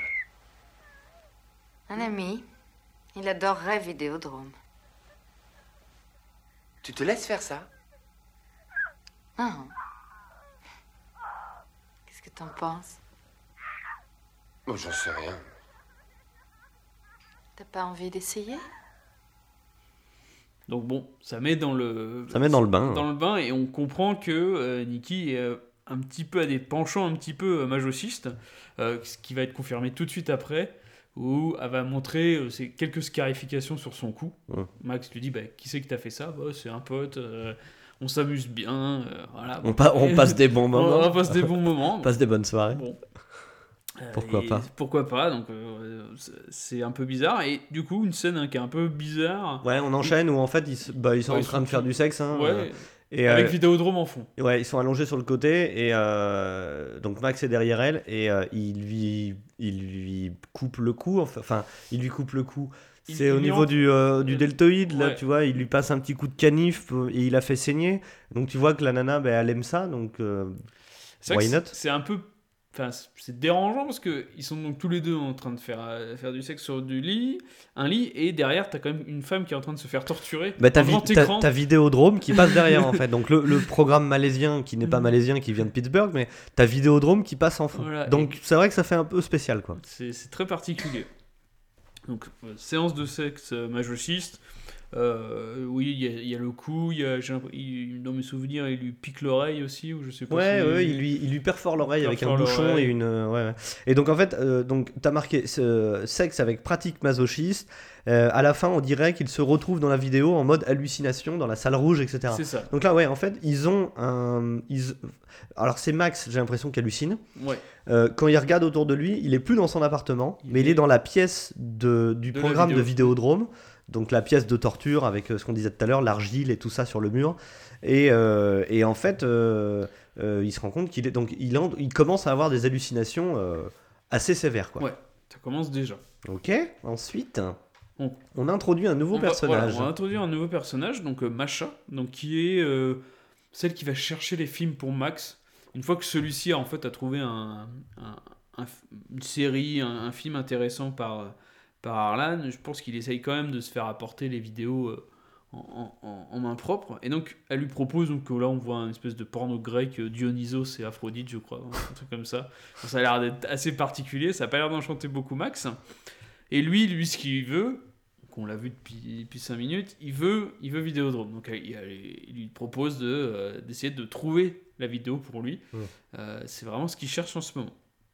Un ami, il adorerait Vidéodrome. Tu te laisses faire ça? Ah. Qu'est-ce que t'en penses? Oh, j'en sais rien. T'as pas envie d'essayer? Donc bon, ça met dans le... Ça met dans le bain. Dans le bain, et on comprend que euh, Nikki est euh, un petit peu à des penchants un petit peu euh, masochistes, euh, ce qui va être confirmé tout de suite après, où elle va montrer euh, ses quelques scarifications sur son cou. Ouais. Max lui dit bah, qui c'est que t'as fait ça? Bah, c'est un pote, euh, on s'amuse bien, euh, voilà. On, pa- on passe des bons On- moments. on passe des bons moments. On passe des bonnes soirées. Bon. Euh, Pourquoi et pas. Pourquoi pas, donc euh, c'est- c'est un peu bizarre, et du coup une scène hein, qui est un peu bizarre. Ouais, on enchaîne où en fait ils, se- bah, ils sont Ouais, en ils train sont de faire tous- du sexe. Hein, Ouais, euh, et, avec euh, Vidéodrome en fond. ouais, ils sont allongés sur le côté et euh, donc Max est derrière elle et euh, il lui il lui coupe le cou. Enfin, enfin, il lui coupe le cou. Il- C'est il au lui niveau en- du, euh, du deltoïde, là, Ouais. tu vois, il lui passe un petit coup de canif euh, et il a fait saigner. Donc tu vois que la nana, bah, elle aime ça, donc euh, C'est vrai why que not? c'est- C'est un peu, enfin, c'est dérangeant parce que ils sont donc tous les deux en train de faire euh, faire du sexe sur du lit, un lit, et derrière t'as quand même une femme qui est en train de se faire torturer. Bah, t'as, en vi- grand t'as- écran. t'as Vidéodrome qui passe derrière en fait. Donc le, le programme malaisien qui n'est pas Mhm. malaisien, qui vient de Pittsburgh, mais t'as Vidéodrome qui passe en fond. Voilà, Donc c'est vrai que ça fait un peu spécial quoi. C'est c'est très particulier. Donc, euh, séance de sexe euh, masochiste. Euh, oui, il y, a- il y a le cou, il y a, j'ai l'imp- il- dans mes souvenirs, il lui pique l'oreille aussi, ou je sais pas. Ouais, si- ouais, il lui, il lui perfore l'oreille Il avec un perfore bouchon et l'oreille. une. euh, ouais, ouais. Et donc en fait, euh, donc t'as marqué ce sexe avec pratique masochiste. Euh, à la fin, on dirait qu'ils se retrouvent dans la vidéo en mode hallucination dans la salle rouge, et cetera. C'est ça. Donc là, ouais, en fait, ils ont un. Ils... Alors c'est Max, j'ai l'impression qu'il hallucine. Ouais. Euh, quand il regarde autour de lui, il est plus dans son appartement, Il mais il est- est dans la pièce de, du de la programme de vidéo. Vidéodrome, donc la pièce de torture avec euh, ce qu'on disait tout à l'heure, l'argile et tout ça sur le mur. Et, euh, et en fait, euh, euh, il se rend compte qu'il est donc il, en- il commence à avoir des hallucinations euh, assez sévères, quoi. Ouais. Ça commence déjà. Ok. Ensuite, On- on introduit un nouveau On va- personnage. voilà, on va introduire un nouveau personnage, donc euh, Masha, donc qui est euh, celle qui va chercher les films pour Max. Une fois que celui-ci a en fait a trouvé un, un- un- une série, un, un film intéressant par par Arlan, je pense qu'il essaye quand même de se faire apporter les vidéos euh, en, en, en main propre. Et donc, elle lui propose, donc là, on voit un espèce de porno grec, euh, Dionysos et Aphrodite, je crois, un truc comme ça. Donc, ça a l'air d'être assez particulier, ça n'a pas l'air d'enchanter beaucoup Max. Et lui, lui, ce qu'il veut, qu'on l'a vu depuis, depuis cinq minutes, il veut, il veut Vidéodrome. Donc, il, il lui propose de, euh, d'essayer de trouver la vidéo pour lui. Mmh. Euh, c'est vraiment ce qu'il cherche en ce moment.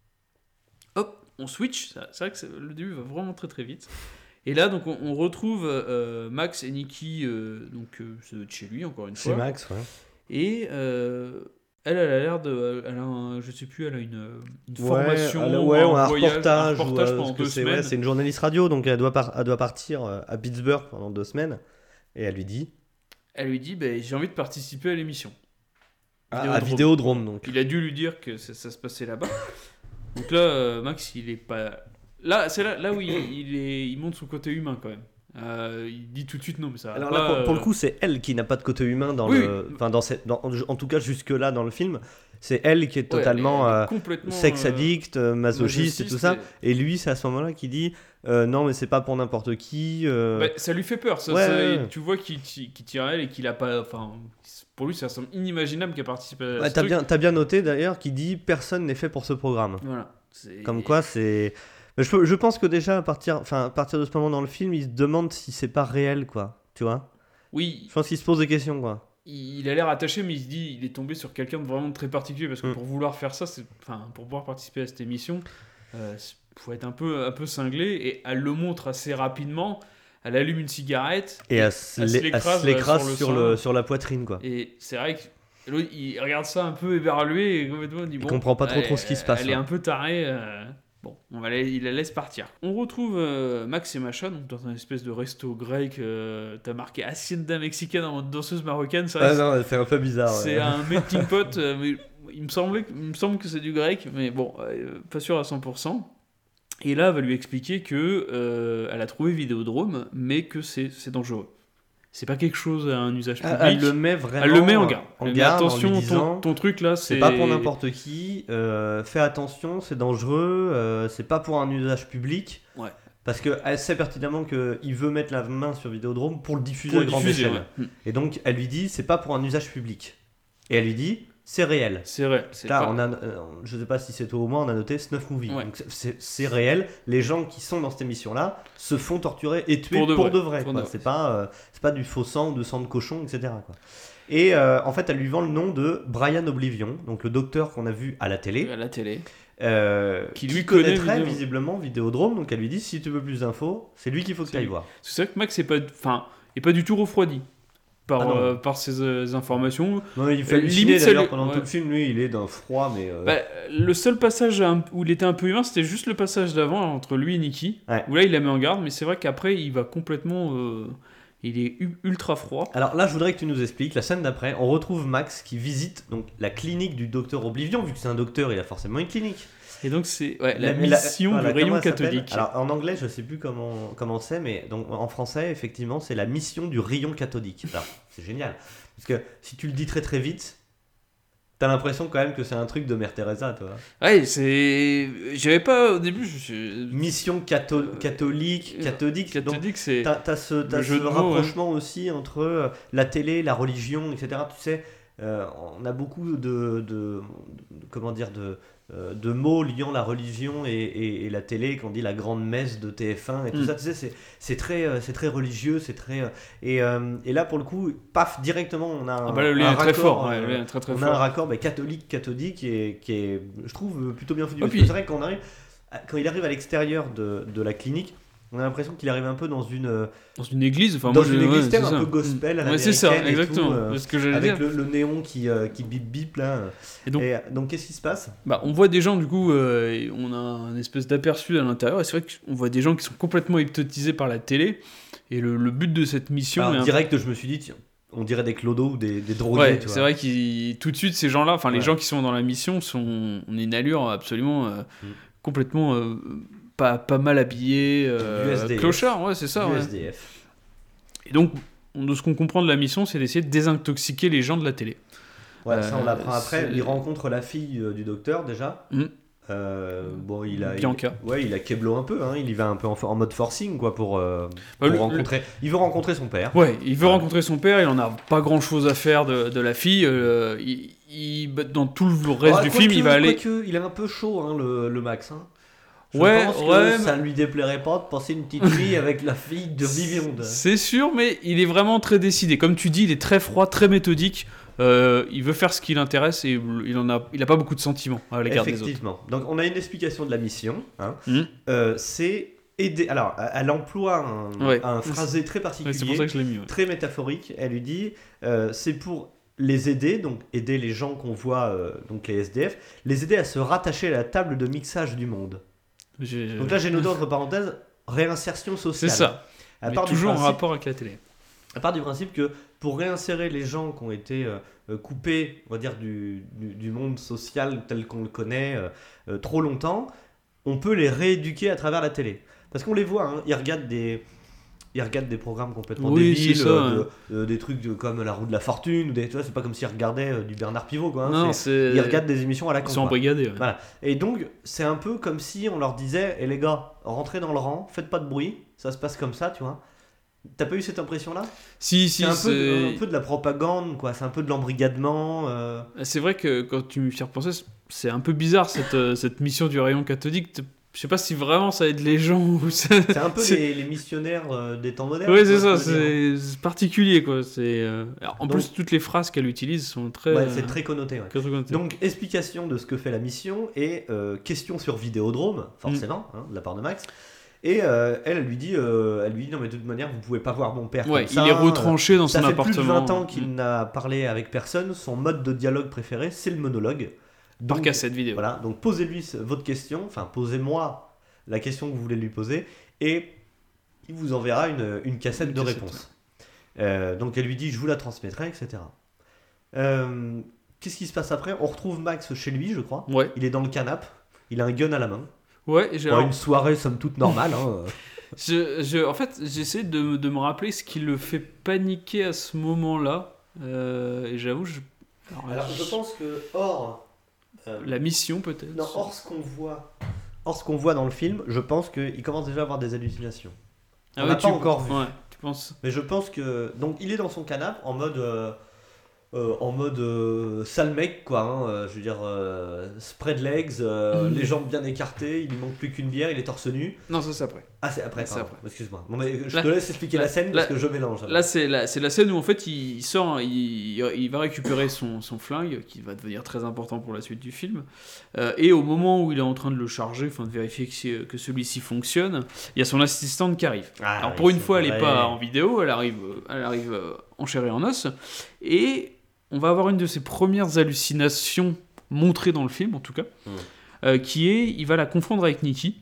Hop, on switch. C'est vrai que c'est, le début va vraiment très très vite. Et là, donc, on, on retrouve euh, Max et Nikki, euh, donc euh, c'est chez lui encore une fois. Chez Max, ouais. Et euh, elle, elle a l'air de, elle a un, je sais plus, elle a une, une formation, ouais, ouais, un, un, voyage, reportage, un reportage ou, pendant deux c'est, semaines. Ouais, c'est une journaliste radio, donc elle doit, par, elle doit partir à Pittsburgh pendant deux semaines. Et elle lui dit, elle lui dit, bah, j'ai envie de participer à l'émission. À, à Vidéodrome, donc. Il a dû lui dire que ça, ça se passait là-bas. Donc là, euh, Max, il est pas. Là, c'est là, là où il, il, est, il montre son côté humain quand même. Euh, il dit tout de suite non, mais ça. Alors pas, là, pour, pour euh... le coup, c'est elle qui n'a pas de côté humain dans oui, le. Enfin, dans cette, dans, en tout cas, jusque-là dans le film, c'est elle qui est totalement ouais, elle est, elle est euh, sex addict, euh, masochiste et tout ça. Et... et lui, c'est à ce moment-là qu'il dit euh, non, mais c'est pas pour n'importe qui. Euh... Bah, ça lui fait peur. Ça, ouais, ça, ouais, ouais. Tu vois qu'il, qu'il tire à elle et qu'il a pas. Enfin, pour lui, ça semble inimaginable qu'elle participe à. Ouais, ce t'as truc. bien, t'as bien noté d'ailleurs qu'il dit personne n'est fait pour ce programme. Voilà. C'est... Comme quoi, c'est. Je, je pense que déjà, à partir, enfin, à partir de ce moment dans le film, il se demande si c'est pas réel, quoi. Tu vois ? Oui. Je pense qu'il se pose des questions, quoi. Il a l'air attaché, mais il se dit il est tombé sur quelqu'un de vraiment très particulier. Parce que mm. pour vouloir faire ça, c'est... Enfin, pour pouvoir participer à cette émission, euh, il faut être un peu, un peu cinglé. Et elle le montre assez rapidement. Elle allume une cigarette. Et, et elle, se elle se l'écrase, l'écrase sur, sur, le, sur la poitrine, quoi. Et c'est vrai que l'autre, il regarde ça un peu éberlué et complètement, il dit, il bon, comprend pas trop, elle, trop ce qui se passe. Elle ouais. est un peu tarée. Euh... Bon, on va la, il la laisse partir. On retrouve euh, Max et Macha donc dans un espèce de resto grec. Euh, t'as marqué Hacienda mexicaine en mode danseuse marocaine. Ça, ah non, c'est un peu bizarre. C'est ouais. un melting pot. Euh, mais il me semblait, il me semble que c'est du grec, mais bon, euh, pas sûr à cent pour cent. Et là, elle va lui expliquer que euh, elle a trouvé Vidéodrome, mais que c'est, c'est dangereux. C'est pas quelque chose à un usage public. Elle le met vraiment. Elle le met en garde. En elle garde, attention, en lui disant, ton, ton truc là, c'est... c'est pas pour n'importe qui. Euh, fais attention, c'est dangereux. Euh, c'est pas pour un usage public. Ouais. Parce qu'elle sait pertinemment qu'il veut mettre la main sur Vidéodrome pour le diffuser pour à grande diffuser, échelle. Ouais. Et donc, elle lui dit, c'est pas pour un usage public. Et elle lui dit, c'est réel. C'est réel. C'est Là, pas... on a, euh, je sais pas si c'est toi ou moi, on a noté Snuff Movie. Ouais. Donc c'est, c'est réel. Les gens qui sont dans cette émission-là se font torturer et tuer pour de pour vrai. De vrai, pour quoi. de C'est pas, euh, c'est pas du faux sang ou de sang de cochon, et cetera, quoi. Et euh, en fait, elle lui vend le nom de Brian Oblivion, donc le docteur qu'on a vu à la télé. À la télé. Euh, qui lui qui connaît connaîtrait Vidéo... visiblement Vidéodrome, donc elle lui dit si tu veux plus d'infos, c'est lui qu'il faut que tu ailles voir. C'est vrai que Max est pas, enfin, est pas du tout refroidi par, ah euh, par ces euh, informations. Non, il fait halluciner limite, d'ailleurs lui... pendant ouais. tout le film, lui il est d'un froid, mais. Euh... Bah, le seul passage où il était un peu humain, c'était juste le passage d'avant entre lui et Nikki, ouais. où là il la met en garde, mais c'est vrai qu'après il va complètement. Euh... Il est ultra froid. Alors là, je voudrais que tu nous expliques, la scène d'après, on retrouve Max qui visite donc, la clinique du docteur Oblivion, vu que c'est un docteur, il a forcément une clinique. Et donc c'est ouais, la, la mission la, du voilà, rayon cathodique. Alors en anglais, je sais plus comment, comment c'est, mais donc, en français, effectivement, c'est la mission du rayon cathodique. Alors, c'est génial. Parce que si tu le dis très très vite, t'as l'impression quand même que c'est un truc de Mère Teresa, toi. Ouais, c'est... J'avais pas au début... Je... Mission catho... catholique, euh, cathodique. Cathodique, donc, c'est... T'as, t'as ce, t'as ce mots, rapprochement ouais. aussi entre euh, la télé, la religion, et cetera. Tu sais, euh, on a beaucoup de... de, de comment dire de, euh, de mots liant la religion et, et, et la télé, qu'on dit la grande messe de T F un et tout mm. ça. Tu sais, c'est, c'est, très, euh, c'est très religieux, c'est très... Euh, et, euh, et là, pour le coup, paf, directement, on a un, ah bah, le lien un est raccord, très fort. Ouais, euh, le lien est très, très on fort. a un raccord bah, catholique, cathodique, qui est, qui est, je trouve, plutôt bien foutu. Oh, parce puis... que c'est vrai qu'on arrive... Quand il arrive à l'extérieur de, de la clinique, on a l'impression qu'il arrive un peu dans une dans une église, enfin dans moi, une je, église ouais, un ça. peu gospel à ouais, l'américaine c'est ça, et exactement. tout, euh, c'est ce que j'allais avec dire. le, le néon qui euh, qui bip bip là. Et donc, et, donc qu'est-ce qui se passe ? Bah, on voit des gens du coup, euh, et on a un espèce d'aperçu à l'intérieur. Et c'est vrai qu'on voit des gens qui sont complètement hypnotisés par la télé. Et le, le but de cette mission. Alors, est direct, un... je me suis dit tiens, on dirait des clodos ou des, des drogués. Ouais, tu c'est vois. vrai qu'ils tout de suite ces gens-là, enfin ouais. les gens qui sont dans la mission sont, on a une allure absolument euh, mm. complètement euh, pas pas mal habillés, euh, clochard, ouais c'est ça. Du ouais. S D F. Et donc de ce qu'on comprend de la mission, c'est d'essayer de désintoxiquer les gens de la télé. Ouais, euh, ça on l'apprend après. c'est... Il rencontre la fille euh, du docteur déjà. Mm. Euh, bon, il a, Bianca. Il, ouais, il a Keblo un peu, hein, il y va un peu en, en mode forcing quoi pour, euh, Bah, pour le- rencontrer. Il veut rencontrer son père. Ouais, il veut Ouais. rencontrer son père, il en a pas grand chose à faire de, de la fille. euh, il, il- dans tout le reste Ouais, du quoi film, que- il va aller. quoique, il est un peu chaud, hein, le, le Max. Hein. Je Ouais, pense que ouais, ça lui déplairait pas de passer une petite nuit avec la fille de Viviande. C'est sûr, mais il est vraiment très décidé. Comme tu dis, il est très froid, très méthodique. Euh, il veut faire ce qui l'intéresse et il en a, il a pas beaucoup de sentiments à l'égard des autres. Effectivement. Donc on a une explication de la mission. Hein. Mhm. Euh, c'est aider. Alors, elle emploie un, Ouais. un phrasé très Ouais, particulier, c'est pour ça que je l'ai mis. ouais. très métaphorique. Elle lui dit, euh, c'est pour les aider, donc aider les gens qu'on voit, euh, donc les S D F, les aider à se rattacher à la table de mixage du monde. J'ai- Donc là, j'ai noté entre parenthèses réinsertion C'est sociale. ça. À Mais part, du toujours en principe, rapport avec la télé. à part du principe que pour réinsérer les gens qui ont été euh, euh, coupés, on va dire, du, du, du monde social tel qu'on le connaît euh, euh, trop longtemps, on peut les rééduquer à travers la télé. Parce qu'on les voit, hein, ils regardent des... Ils regardent des programmes complètement Oui, débiles, c'est ça, euh, hein. de- euh, des trucs de- comme La Roue de la Fortune, ou des, tu vois, c'est pas comme s'ils regardaient euh, du Bernard Pivot, quoi. hein, Non, c'est- c'est. Ils regardent des émissions à la Ils con. sont quoi. embrigadés. ouais. Voilà. Et donc, c'est un peu comme si on leur disait, eh les gars, rentrez dans le rang, faites pas de bruit, ça se passe comme ça, tu vois. T'as pas eu cette impression-là? Si, si, C'est un, peu de- c'est. un peu de la propagande, quoi. C'est un peu de l'embrigadement. euh. C'est vrai que quand tu m'y fais repenser, c'est un peu bizarre cette, euh, cette mission du rayon cathodique. Je sais pas si vraiment ça aide les gens ou ça. C'est un peu C'est- les, les missionnaires euh, des temps modernes. Ouais, tu c'est vois ça, ce que je veux dire. c'est c'est particulier quoi. C'est euh, alors, en Donc- plus toutes les phrases qu'elle utilise sont très. Ouais, euh, c'est très connoté. Ouais. très connoté. Donc, explication de ce que fait la mission et euh, question sur Vidéodrome, forcément, Mm. hein, de la part de Max. Et euh, elle, elle lui dit, euh, elle lui dit, non mais de toute manière, vous pouvez pas voir mon père ouais, comme ça. il est retranché dans Ça son fait appartement. plus de vingt ans qu'il Mm. n'a parlé avec personne. Son mode de dialogue préféré, c'est le monologue. Par Donc, cassette vidéo. Voilà, donc posez-lui ce- votre question, enfin posez-moi la question que vous voulez lui poser, et il vous enverra une, une cassette Une de cassette, réponse. Euh, donc elle lui dit, je vous la transmettrai, et cetera. Euh, Qu'est-ce qui se passe après? On retrouve Max chez lui, je crois. Ouais, Il est dans le canapé, il a un gun à la main. ouais. et j'ai- Bon, alors, une soirée somme toute normale. hein. je, je- en fait, j'essaie de, de me rappeler ce qui le fait paniquer à ce moment-là. Euh, et j'avoue, je... alors, Alors je pense que hors, euh, la mission peut-être. non, hors ce qu'on voit, hors ce qu'on voit dans le film, je pense qu'il commence déjà à avoir des hallucinations. Ah on ouais, l'a tu- pas encore vu. Ouais, tu penses. Mais je pense que donc il est dans son canapé en mode euh, euh, en mode euh, sale mec quoi. hein, euh, je veux dire euh, spread legs, euh, Mm. les jambes bien écartées. Il lui manque plus qu'une bière. Il est torse nu. Non, ça c'est après. Ah c'est après. C'est pardon, après. Excuse-moi. Bon, mais je Là- te laisse expliquer là- la scène là- parce que je mélange. Là, c'est la, c'est la scène où en fait il sort, il, il va récupérer son, son flingue qui va devenir très important pour la suite du film. Euh, et au moment où il est en train de le charger, enfin de vérifier que, que celui-ci fonctionne, il y a son assistante qui arrive. Ah, Alors oui, pour une c'est fois, elle vrai. n'est pas en vidéo, elle arrive, euh, elle arrive euh, en chair et en os. Et on va avoir une de ses premières hallucinations montrées dans le film, en tout cas, Mm. euh, qui est, il va la confondre avec Nikki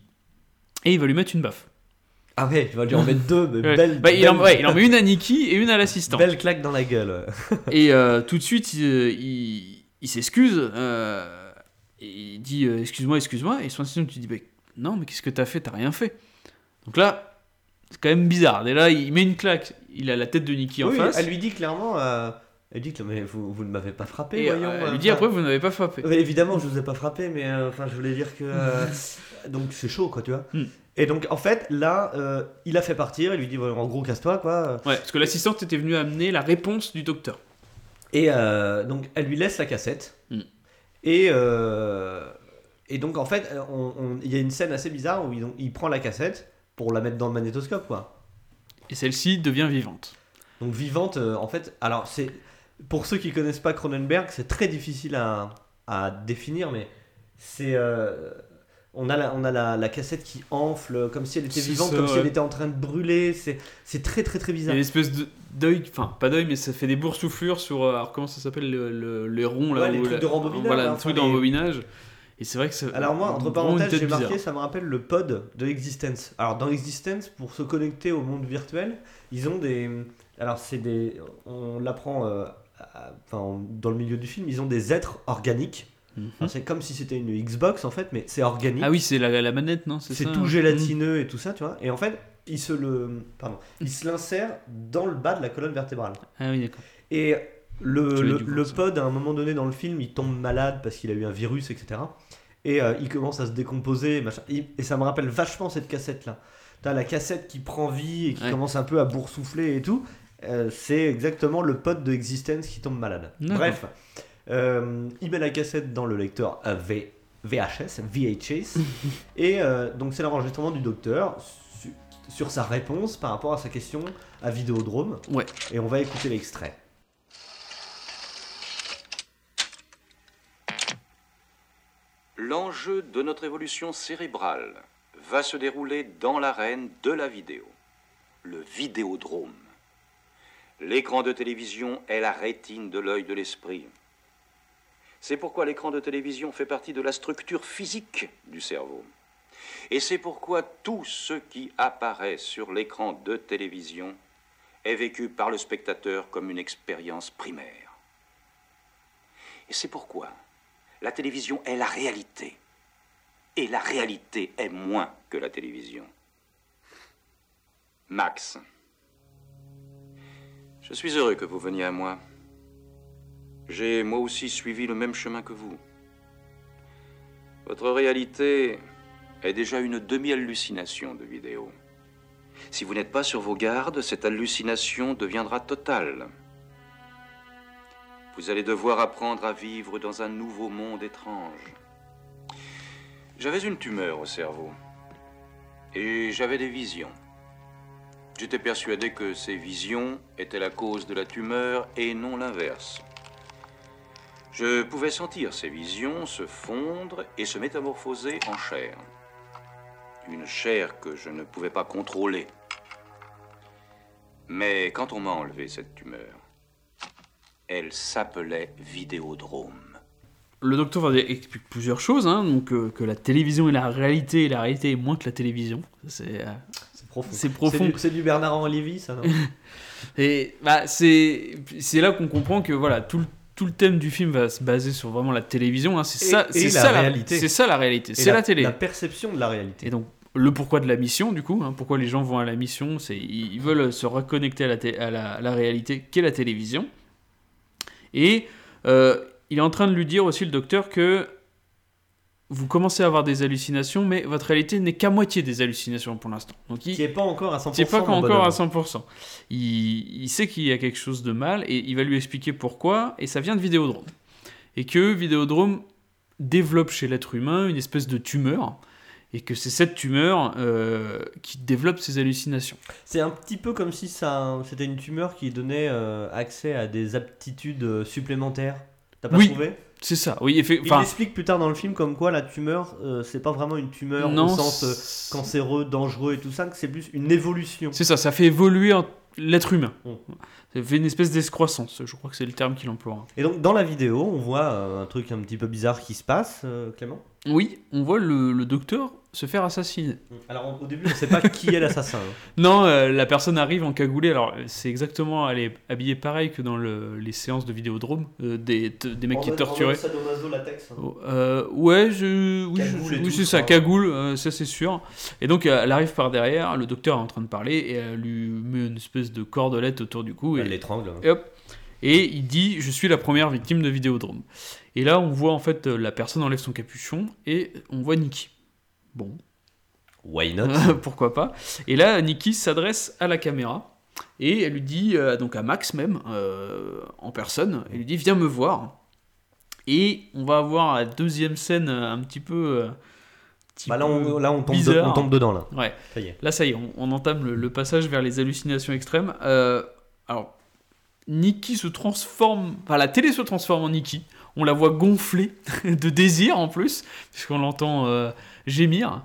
et il va lui mettre une baffe. Ah ouais, tu vas lui en mettre deux. Mais Ouais. belle, Bah, il, en, belle- ouais, il en met une à Nikki et une à l'assistante. belle claque dans la gueule. Et euh, tout de suite, il, il, il s'excuse. euh, et il dit euh, excuse-moi, excuse-moi. Et son assistant lui dit bah, non, mais qu'est-ce que t'as fait? T'as rien fait. Donc là, c'est quand même bizarre. Et là, il met une claque. Il a la tête de Nikki en Oui, face. elle lui dit clairement. euh, elle dit que mais vous, vous ne m'avez pas frappé. et euh, voyons. elle euh, lui dit enfin, après, vous n'avez pas frappé. Ouais, évidemment, je vous ai pas frappé, mais euh, enfin, je voulais dire que euh, donc c'est chaud, quoi, tu vois. Hmm. Et donc, en fait, là, euh, il a fait partir. Il lui dit, ouais, en gros, casse-toi, quoi. Ouais, parce que l'assistante était venue amener la réponse du docteur. Et euh, donc, elle lui laisse la cassette. Hmm. Et euh, et donc, en fait, on- on- il y a une scène assez bizarre où il, donc, il prend la cassette pour la mettre dans le magnétoscope, quoi. Et celle-ci devient vivante. Donc, vivante, euh, en fait, alors c'est pour ceux qui connaissent pas Cronenberg, c'est très difficile à, à définir, mais c'est euh, on a la, on a la, la cassette qui enfle comme si elle était C'est vivante, ça, comme si ouais. elle était en train de brûler. C'est c'est très très très Il y a bizarre. une espèce de d'œil, enfin pas d'œil, mais ça fait des boursouflures sur. euh, Alors comment ça s'appelle le, le- les ronds là Ouais, les où trucs la- de rembobinage, Voilà, là, un truc enfin, les- d'embobinage. Et c'est vrai que ça. Alors moi, entre vraiment une parenthèses, tête j'ai marqué, bizarre. ça me rappelle le pod de Existence. Alors dans Existence, pour se connecter au monde virtuel, ils ont des... Alors c'est des... On l'apprend euh, à- enfin, dans le milieu du film, ils ont des êtres organiques. Mhm. Enfin, c'est comme si c'était une Xbox en fait, mais c'est organique. Ah oui, c'est la, la manette, non? C'est c'est ça tout Mhm. gélatineux et tout ça, tu vois. Et en fait, il se le... Pardon. Il se l'insère dans le bas de la colonne vertébrale. Ah oui, d'accord. Et le, Tu l'as le, dû voir, le ça. pod, à un moment donné dans le film, il tombe malade parce qu'il a eu un virus, et cetera. et euh, il commence à se décomposer, machin. Et, et ça me rappelle vachement cette cassette-là. T'as la cassette qui prend vie et qui Ouais. commence un peu à boursoufler et tout. Euh, c'est exactement le pote de Existence qui tombe malade. D'accord. Bref, euh, il met la cassette dans le lecteur euh, v, VHS, V H S, et euh, donc c'est l'enregistrement du docteur su- sur sa réponse par rapport à sa question à Vidéodrome. Ouais. Et on va écouter l'extrait. L'enjeu de notre évolution cérébrale va se dérouler dans l'arène de la vidéo, le vidéodrome. L'écran de télévision est la rétine de l'œil de l'esprit. C'est pourquoi l'écran de télévision fait partie de la structure physique du cerveau. Et c'est pourquoi tout ce qui apparaît sur l'écran de télévision est vécu par le spectateur comme une expérience primaire. Et c'est pourquoi la télévision est la réalité. Et la réalité est moins que la télévision. Max, je suis heureux que vous veniez à moi. J'ai moi aussi suivi le même chemin que vous. Votre réalité est déjà une demi-hallucination de vidéo. Si vous n'êtes pas sur vos gardes, cette hallucination deviendra totale. Vous allez devoir apprendre à vivre dans un nouveau monde étrange. J'avais une tumeur au cerveau. Et j'avais des visions. J'étais persuadé que ces visions étaient la cause de la tumeur et non l'inverse. Je pouvais sentir ces visions se fondre et se métamorphoser en chair. Une chair que je ne pouvais pas contrôler. Mais quand on m'a enlevé cette tumeur, elle s'appelait Vidéodrome. Le docteur va expliquer plusieurs choses, hein, donc euh, que la télévision est la réalité, et la réalité est moins que la télévision. C'est, euh, C'est profond. c'est profond. C'est du, c'est du Bernard-Henri Lévy, ça, non? Et bah, c'est, c'est là qu'on comprend que voilà, tout le, tout le thème du film va se baser sur vraiment la télévision. Hein, c'est Et- ça, et c'est la ça réalité. c'est ça la réalité, Et c'est la, télé. La perception de la réalité. Et donc, le pourquoi de la mission, du coup, hein, pourquoi les gens vont à la mission, c'est ils ils veulent se reconnecter à la, té- à la, à la réalité qu'est la télévision. Et euh, il est en train de lui dire aussi, le docteur, que vous commencez à avoir des hallucinations, mais votre réalité n'est qu'à moitié des hallucinations pour l'instant. Donc, il Qui est pas encore à cent pour c'est cent. pas mon encore bonhomme. à cent pour cent. Il, il sait qu'il y a quelque chose de mal, et il va lui expliquer pourquoi, et ça vient de Vidéodrome. Et que Vidéodrome développe chez l'être humain une espèce de tumeur, et que c'est cette tumeur euh, qui développe ces hallucinations. C'est un petit peu comme si ça, c'était une tumeur qui donnait euh, accès à des aptitudes euh, supplémentaires. T'as pas Oui. trouvé? C'est ça, oui. effe- Il enfin, explique plus tard dans le film comme quoi la tumeur, euh, c'est pas vraiment une tumeur non, au sens euh, c'est- cancéreux, dangereux et tout ça, que c'est plus une évolution. c'est ça, ça fait évoluer en- l'être humain. Mm. Ça fait une espèce d'escroissance, je crois que c'est le terme qu'il emploie. Et donc dans la vidéo, on voit euh, un truc un petit peu bizarre qui se passe, euh, Clément. Oui, on voit le, le docteur se faire assassiner. Alors au début, on sait pas qui est l'assassin. hein. Non, euh, la personne arrive en cagoulé. Alors, c'est exactement, elle est habillée pareil que dans le- les séances de Vidéodrome, euh, des, t- des mecs qui torturaient. latex. hein. Oh, euh, ouais, je, oui, Cagoule je- et oui, tout, c'est je ça, crois. cagoule, euh, ça c'est sûr. Et donc, euh, elle arrive par derrière, le docteur est en train de parler, et elle lui met une espèce de cordelette autour du cou. Et, Elle l'étrangle. hein. et hop, et il dit, je suis la première victime de Vidéodrome. Et là, on voit en fait euh, la personne enlève son capuchon, et on voit Nikki. Bon, Why not? pourquoi pas. Et là, Nikki s'adresse à la caméra et elle lui dit, euh, donc à Max même, euh, en personne, elle lui dit viens me voir. Et on va avoir la deuxième scène euh, un petit peu. euh, petit Bah là, peu on, là on, tombe de- bizarre. on tombe dedans là. Ouais. Ça y est. Là, ça y est, on, on entame le, le passage vers les hallucinations extrêmes. Euh, alors, Nikki se transforme, enfin la télé se transforme en Nikki. On la voit gonfler de désir en plus, puisqu'on l'entend euh, gémir.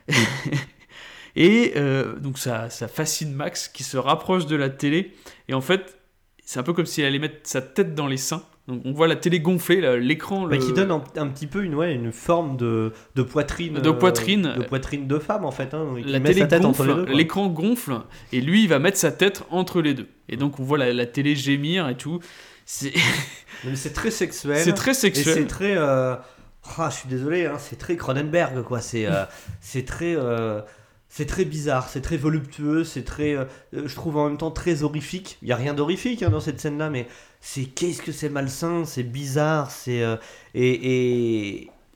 Et euh, donc ça, ça fascine Max qui se rapproche de la télé. Et en fait, c'est un peu comme si elle allait mettre sa tête dans les seins. Donc on voit la télé gonfler, là, l'écran. Bah, le- qui donne un, un petit peu une, ouais, une forme de, de poitrine. De poitrine. euh, de poitrine de femme en fait. Hein, qui la met télé sa tête entre les deux. gonfle, quoi. l'écran gonfle, et lui il va mettre sa tête entre les deux. Et donc on voit la, la télé gémir et tout. C'est, Mais c'est très sexuel. c'est très Et c'est sexuel. très. euh, ah, je suis désolé, hein, c'est très Cronenberg quoi. C'est euh, c'est très. euh, C'est très bizarre, c'est très voluptueux, c'est très, euh, je trouve en même temps très horrifique. Il y a rien d'horrifique hein, dans cette scène-là, mais c'est qu'est-ce que c'est malsain, c'est bizarre, c'est euh, et, et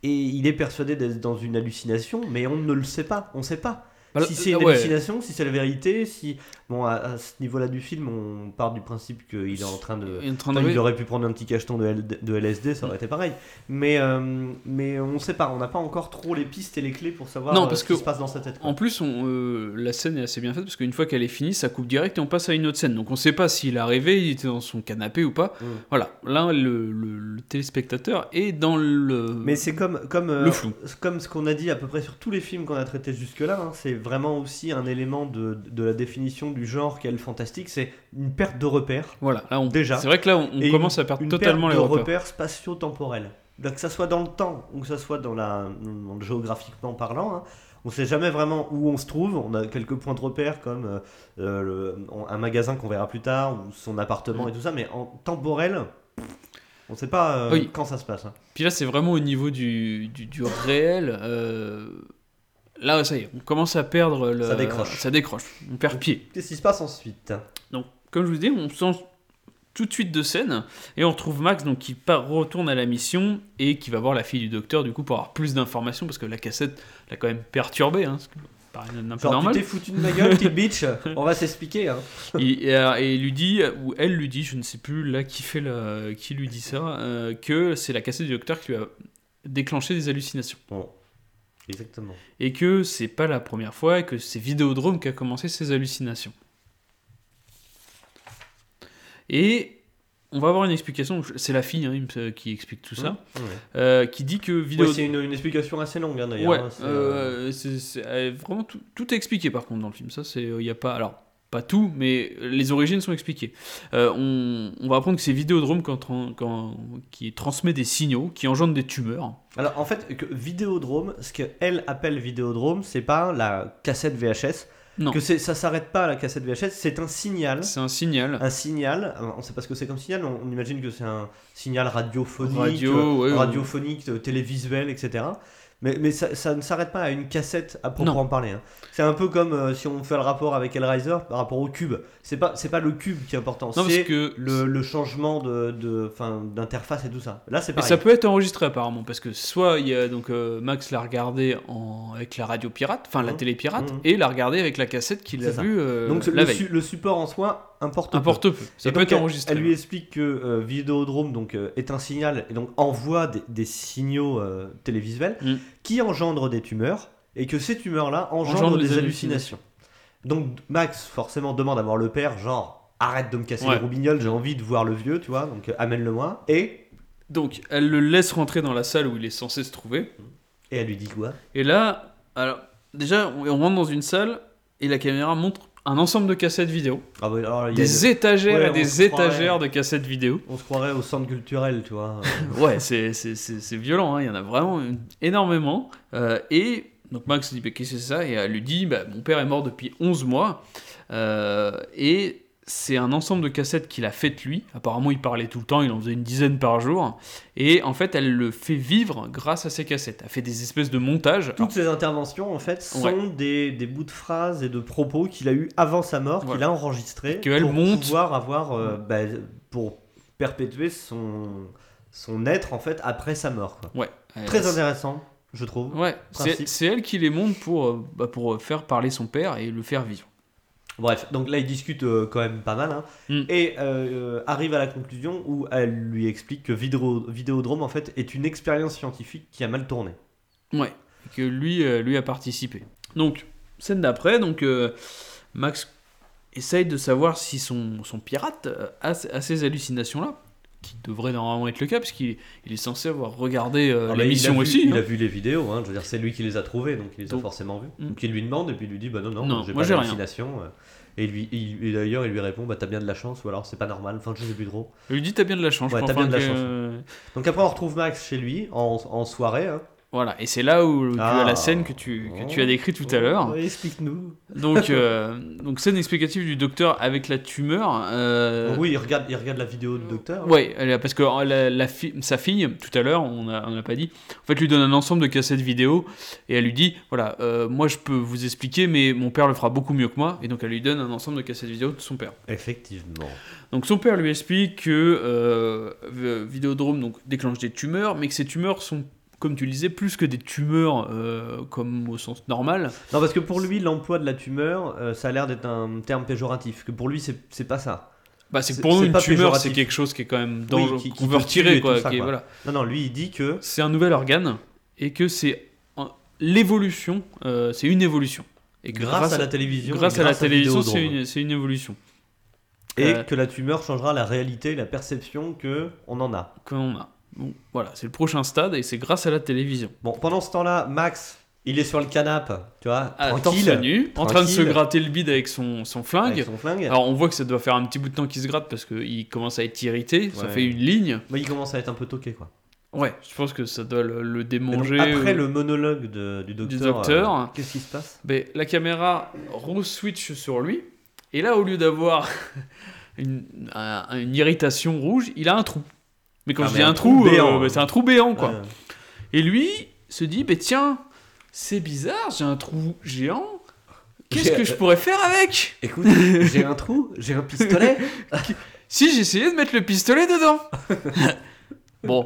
et il est persuadé d'être dans une hallucination, mais on ne le sait pas, on ne sait pas. Bah, si c'est une ouais. hallucination, si c'est la vérité, si bon à, à ce niveau-là du film, on part du principe qu'il est en train de, Il est en train de- enfin, il aurait pu prendre un petit cacheton de, L- de L S D, ça aurait été pareil. Mais euh, mais on sait pas, on n'a pas encore trop les pistes et les clés pour savoir Non, euh, parce ce qui que- se passe dans sa tête. quoi. En plus, on, euh, la scène est assez bien faite parce qu'une fois qu'elle est finie, ça coupe direct et on passe à une autre scène. Donc on sait pas s'il est arrivé, il était dans son canapé ou pas. Mm. Voilà, là le, le- le téléspectateur est dans le. Mais c'est comme comme euh, Le flou. comme ce qu'on a dit à peu près sur tous les films qu'on a traités jusque-là. hein, c'est vraiment aussi un élément de, de la définition du genre qu'est le fantastique, c'est une perte de repères. Voilà, là on. Déjà. C'est vrai que là on, on Et commence une- à perdre une totalement perte les de repères. repères spatio-temporels. Donc, que ça soit dans le temps ou que ça soit dans la, dans le géographiquement parlant, hein, on ne sait jamais vraiment où on se trouve. On a quelques points de repère comme euh, euh, le- un magasin qu'on verra plus tard ou son appartement Mm. et tout ça, mais en temporel, on ne sait pas euh, Oui. quand ça se passe. hein. Puis là c'est vraiment au niveau du, du, du réel. euh, Là ça y est, on commence à perdre le. Ça décroche. Ça décroche. On perd pied. Qu'est-ce qui se passe ensuite? Donc, comme je vous dis, on change tout de suite de scène et on retrouve Max donc qui part, retourne à la mission et qui va voir la fille du docteur du coup pour avoir plus d'informations parce que la cassette l'a quand même perturbé, hein, ce qui paraît un peu Genre, normal. tu t'es foutu de ma gueule, petite bitch. On va s'expliquer. Hein. Et, et, euh, et il lui dit, ou elle lui dit, je ne sais plus là qui fait la, qui lui dit ça, euh, que c'est la cassette du docteur qui lui a déclenché des hallucinations Bon, exactement. et que c'est pas la première fois et que c'est Vidéodrome qui a commencé ces hallucinations. Et on va avoir une explication, c'est la fille hein, il me- qui explique tout ça, Ouais. euh, qui dit que Ouais, Vidéodrome... c'est une, une explication assez longue hein, d'ailleurs. Ouais, hein, c'est, euh, euh, c'est- c'est- euh, vraiment tout, tout est expliqué par contre dans le film. Ça, c'est il y a pas alors pas tout, mais les origines sont expliquées. Euh, on, on va apprendre que c'est Vidéodrome quand, quand, qui transmet des signaux, qui engendrent des tumeurs. Alors en fait, que Vidéodrome, ce qu'elle appelle Vidéodrome, c'est pas la cassette V H S. Non. Que c'est, ça s'arrête pas à la cassette V H S, c'est un signal. C'est un signal. Un signal, on sait pas ce que c'est comme signal, on, on imagine que c'est un signal radiophonique, Radio, euh, ouais, ouais. radiophonique, euh, télévisuel, et cetera. Mais, mais ça, ça ne s'arrête pas à une cassette à proprement Non. parler. hein. C'est un peu comme euh, si on fait le rapport avec Hellraiser par rapport au cube. C'est pas, c'est pas le cube qui est important, Non, c'est parce que le, le changement de, de, fin, d'interface et tout ça. Là, c'est Et pareil. ça peut être enregistré apparemment parce que soit il y a donc euh, Max l'a regardé en, avec la radio pirate, enfin la Mhm. télé pirate, Mhm. et l'a regardé avec la cassette qu'il a C'est ça. vue euh, Donc la le, veille. su- le support en soi importe peu. Importe peu. Ça Et peut donc, être elle- enregistré. Elle, lui explique que euh, Vidéodrome donc, euh, est un signal et donc envoie des, des signaux euh, télévisuels Mm. qui engendrent des tumeurs et que ces tumeurs-là engendrent, Engendrent des des hallucinations. Donc Max forcément demande à voir le père, genre arrête de me casser Ouais. les roubignoles, j'ai envie de voir le vieux, tu vois, donc euh, amène-le-moi. Et, Donc elle le laisse rentrer dans la salle où il est censé se trouver. et elle lui dit quoi? Et là, alors déjà on on rentre dans une salle et la caméra montre un ensemble de cassettes vidéo, Ah ouais, alors, il y a des une- étagères Ouais, et on des se croirait. étagères de cassettes vidéo. On se croirait au centre culturel, tu vois. Ouais, c'est, c'est, c'est, c'est violent, hein. Il y en a vraiment une- énormément. Euh, et donc Max se dit, bah, qu'est-ce que c'est ça? Et elle lui dit, bah, mon père est mort depuis onze mois. Euh, et c'est un ensemble de cassettes qu'il a faites lui. Apparemment, il parlait tout le temps, il en faisait une dizaine par jour. Et en fait, elle le fait vivre grâce à ces cassettes. Elle fait des espèces de montages. Toutes ces interventions, en fait, sont Ouais. des, des bouts de phrases et de propos qu'il a eu avant sa mort, Voilà. qu'il a enregistrés qu'elle pour monte. pouvoir avoir, euh, bah, pour perpétuer son, son être, en fait, après sa mort. quoi. Ouais. Elle- Très intéressant, je trouve. Ouais, c'est, Principe. c'est elle qui les monte pour, euh, bah, pour faire parler son père et le faire vivre. Bref, donc là, ils discutent euh, quand même pas mal, hein, Mm. et euh, arrive à la conclusion où elle lui explique que Vidéo- Vidéodrome, en fait, est une expérience scientifique qui a mal tourné. Ouais, et que lui, euh, lui a participé. Donc, scène d'après, donc euh, Max essaye de savoir si son, son pirate euh, a, a ces hallucinations-là, qui devrait normalement être le cas, puisqu'il il est censé avoir regardé euh, Alors là, l'émission il a vu- aussi. Il hein. a vu les vidéos, hein, je veux dire, c'est lui qui les a trouvées, donc il les a Donc- forcément vues. Mm. Donc il lui demande, et puis il lui dit, bah non, non, Non, j'ai moi, pas j'ai rien. d'hallucination. euh. Et, lui, il- et d'ailleurs, il lui répond, bah t'as bien de la chance, ou alors c'est pas normal, enfin je sais plus trop. Il lui dit, t'as bien de la chance. je Ouais, crois, t'as bien enfin, de la que, chance. euh, Donc après, on retrouve Max chez lui, en, en soirée. Hein. Voilà, et c'est là où tu Ah. as la scène que tu, que tu as décrite tout à l'heure. Ouais, explique-nous. Donc, euh, donc, scène explicative du docteur avec la tumeur. euh, Oui, il regarde, il regarde la vidéo du docteur. Ouais, elle a- parce que la, la fi- sa fille, tout à l'heure, on n'a on a pas dit, en fait, lui donne un ensemble de cassettes vidéo et elle lui dit, voilà, euh, moi je peux vous expliquer, mais mon père le fera beaucoup mieux que moi. Et donc elle lui donne un ensemble de cassettes vidéo de son père. Effectivement. Donc son père lui explique que euh, V- Vidéodrome donc, déclenche des tumeurs, mais que ces tumeurs sont comme tu le disais, plus que des tumeurs euh, comme au sens normal. Non, parce que pour lui, l'emploi de la tumeur, euh, ça a l'air d'être un terme péjoratif. Que pour lui, c'est, c'est pas ça. Bah, c'est que C'est- pour nous, c'est une pas tumeur, péjoratif. c'est quelque chose qui est quand même dangereux, qui- qui qu'on te veut tue retirer, et quoi. tout ça, qui est- quoi. voilà. Non, non, lui, il dit que. C'est un nouvel organe et que c'est en- l'évolution, euh, c'est une évolution. Et que Grâce, à la télévision. grâce et à la grâce télévision, c'est Vidéodrome. une, c'est une évolution. Et Euh, que la tumeur changera la réalité, la perception que on en a. qu'on a. Bon, voilà, c'est le prochain stade et c'est grâce à la télévision. Bon, pendant ce temps-là, Max, il est sur le canapé, tu vois, Ah, tranquille, torse nu, en train de se tranquille, gratter le bide avec son, son flingue. avec son flingue. Alors on voit que ça doit faire un petit bout de temps qu'il se gratte parce qu'il commence à être irrité, ça Ouais. fait une ligne. Mais il commence à être un peu toqué, quoi. Ouais, je pense que ça doit le, le Et donc, démanger. après ou- le monologue de- du docteur, docteur. euh, qu'est-ce qui se passe? Ben, la caméra re-switch sur lui, et là au lieu d'avoir une, un- une irritation rouge, il a un trou. Mais quand Ah, je mais dis un un trou trou, euh, béant, ben, hein. c'est un trou béant quoi. Ouais. Et lui se dit, ben tiens, c'est bizarre, j'ai un trou géant. Qu'est-ce J'ai- que je pourrais faire avec? Écoute, j'ai un trou, j'ai un pistolet. Si j'essayais de mettre le pistolet dedans. Bon.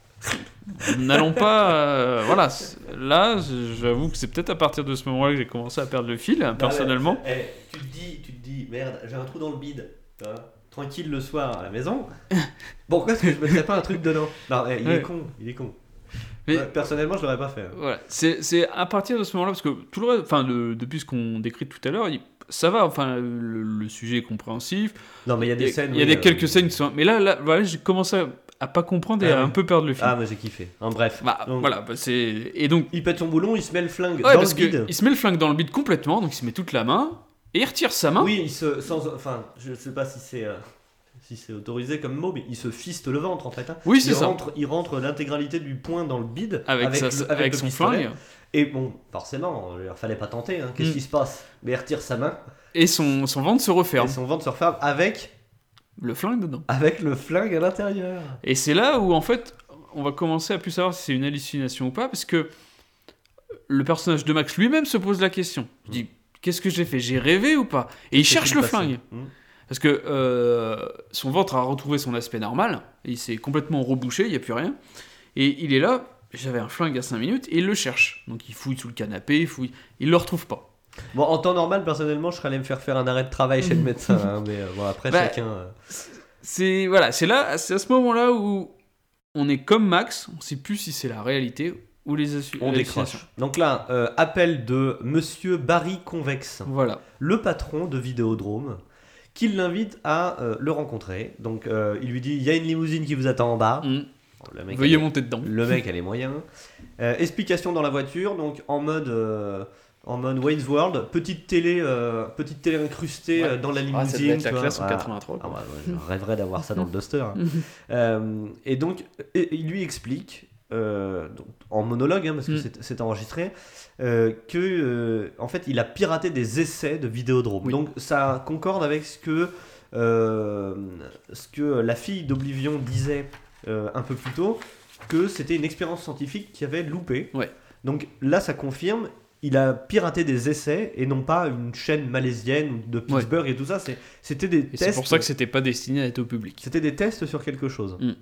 N'allons pas. euh, voilà. c'est- Là, j'avoue que c'est peut-être à partir de ce moment-là que j'ai commencé à perdre le fil, hein, personnellement. Bah ouais, eh, tu te dis, tu te dis, merde, j'ai un trou dans le bide. Tu vois, tranquille le soir à la maison. Pourquoi est-ce que je mettrais pas un truc dedans? Non, eh, il Ouais. est con, il est con. Mais- Ouais, personnellement, je l'aurais pas fait. Voilà. C'est c'est à partir de ce moment-là, parce que tout le reste, enfin, le- depuis ce qu'on décrit tout à l'heure, il- ça va, enfin, le, le sujet est compréhensif. Non, mais il y a des Il y a, scènes. il y a oui, des euh, quelques scènes qui sont. Mais là, là voilà, j'ai commencé à, à pas comprendre et Ah à oui. un peu perdre le fil. Ah, mais j'ai kiffé. En bref. Bah, Donc, voilà, bah, c'est. Et donc. Il pète son boulon, il se met le flingue Ouais, dans parce le bide. qu'il se met le flingue dans le bide complètement, donc il se met toute la main, et il retire sa main. Oui, il se. Sans, enfin, je sais pas si c'est. euh, si c'est autorisé comme mot, mais il se fiste le ventre en fait. hein. Oui, c'est il ça. Rentre, il rentre l'intégralité du poing dans le bide Avec, sa- le- avec le son pistolet. flingue. Et bon, forcément, il fallait pas tenter. hein. Qu'est-ce Mm. qui se passe? Mais il retire sa main Et son, son ventre se referme. et son ventre se referme avec, Le flingue dedans. avec le flingue à l'intérieur. Et c'est là où, en fait, on va commencer à plus savoir si c'est une hallucination ou pas, parce que le personnage de Max lui-même se pose la question. Il dit, qu'est-ce que j'ai fait? J'ai rêvé ou pas? Et il cherche Qu'est-il le passé flingue. Mm. Parce que euh, son ventre a retrouvé son aspect normal, et il s'est complètement rebouché, il n'y a plus rien. Et il est là, j'avais un flingue à cinq minutes, et il le cherche. Donc il fouille sous le canapé, il fouille, il le retrouve pas. Bon, en temps normal, personnellement, je serais allé me faire faire un arrêt de travail chez le médecin. hein, mais euh, bon, après, Bah, chacun. euh, C'est voilà, c'est là, c'est à ce moment-là où on est comme Max, on sait plus si c'est la réalité ou les assu- On hallucinations. décroche. Donc là, euh, appel de Monsieur Barry Convex, Voilà. le patron de Vidéodrome, qui l'invite à euh, le rencontrer. Donc euh, il lui dit, il y a une limousine qui vous attend en bas. Mm. Le mec, Veuillez a, monter dedans. le mec a les moyens. Euh, explication dans la voiture, donc en mode, euh, en mode Wayne's World, petite télé, euh, petite télé incrustée Ouais. euh, dans la Ah, limousine. ça devait être la tu vois. classe en Voilà. quatre-vingt-trois. Ah quoi. ouais, ouais, je rêverais d'avoir ça dans le Duster. hein. Euh, et donc, et- il lui explique, euh, donc, en monologue, hein, parce que Mm. c'est- c'est enregistré, euh, que euh, en fait, il a piraté des essais de Vidéodrome. Oui. Donc, ça concorde avec ce que euh, ce que la fille d'Oblivion disait euh, un peu plus tôt, que c'était une expérience scientifique qui avait loupé. Ouais. Donc là, ça confirme. Il a piraté des essais et non pas une chaîne malaisienne ou de Pittsburgh et tout ça. C'est- C'était des Et tests. c'est pour ça que c'était pas destiné à être au public. C'était des tests sur quelque chose. Mm.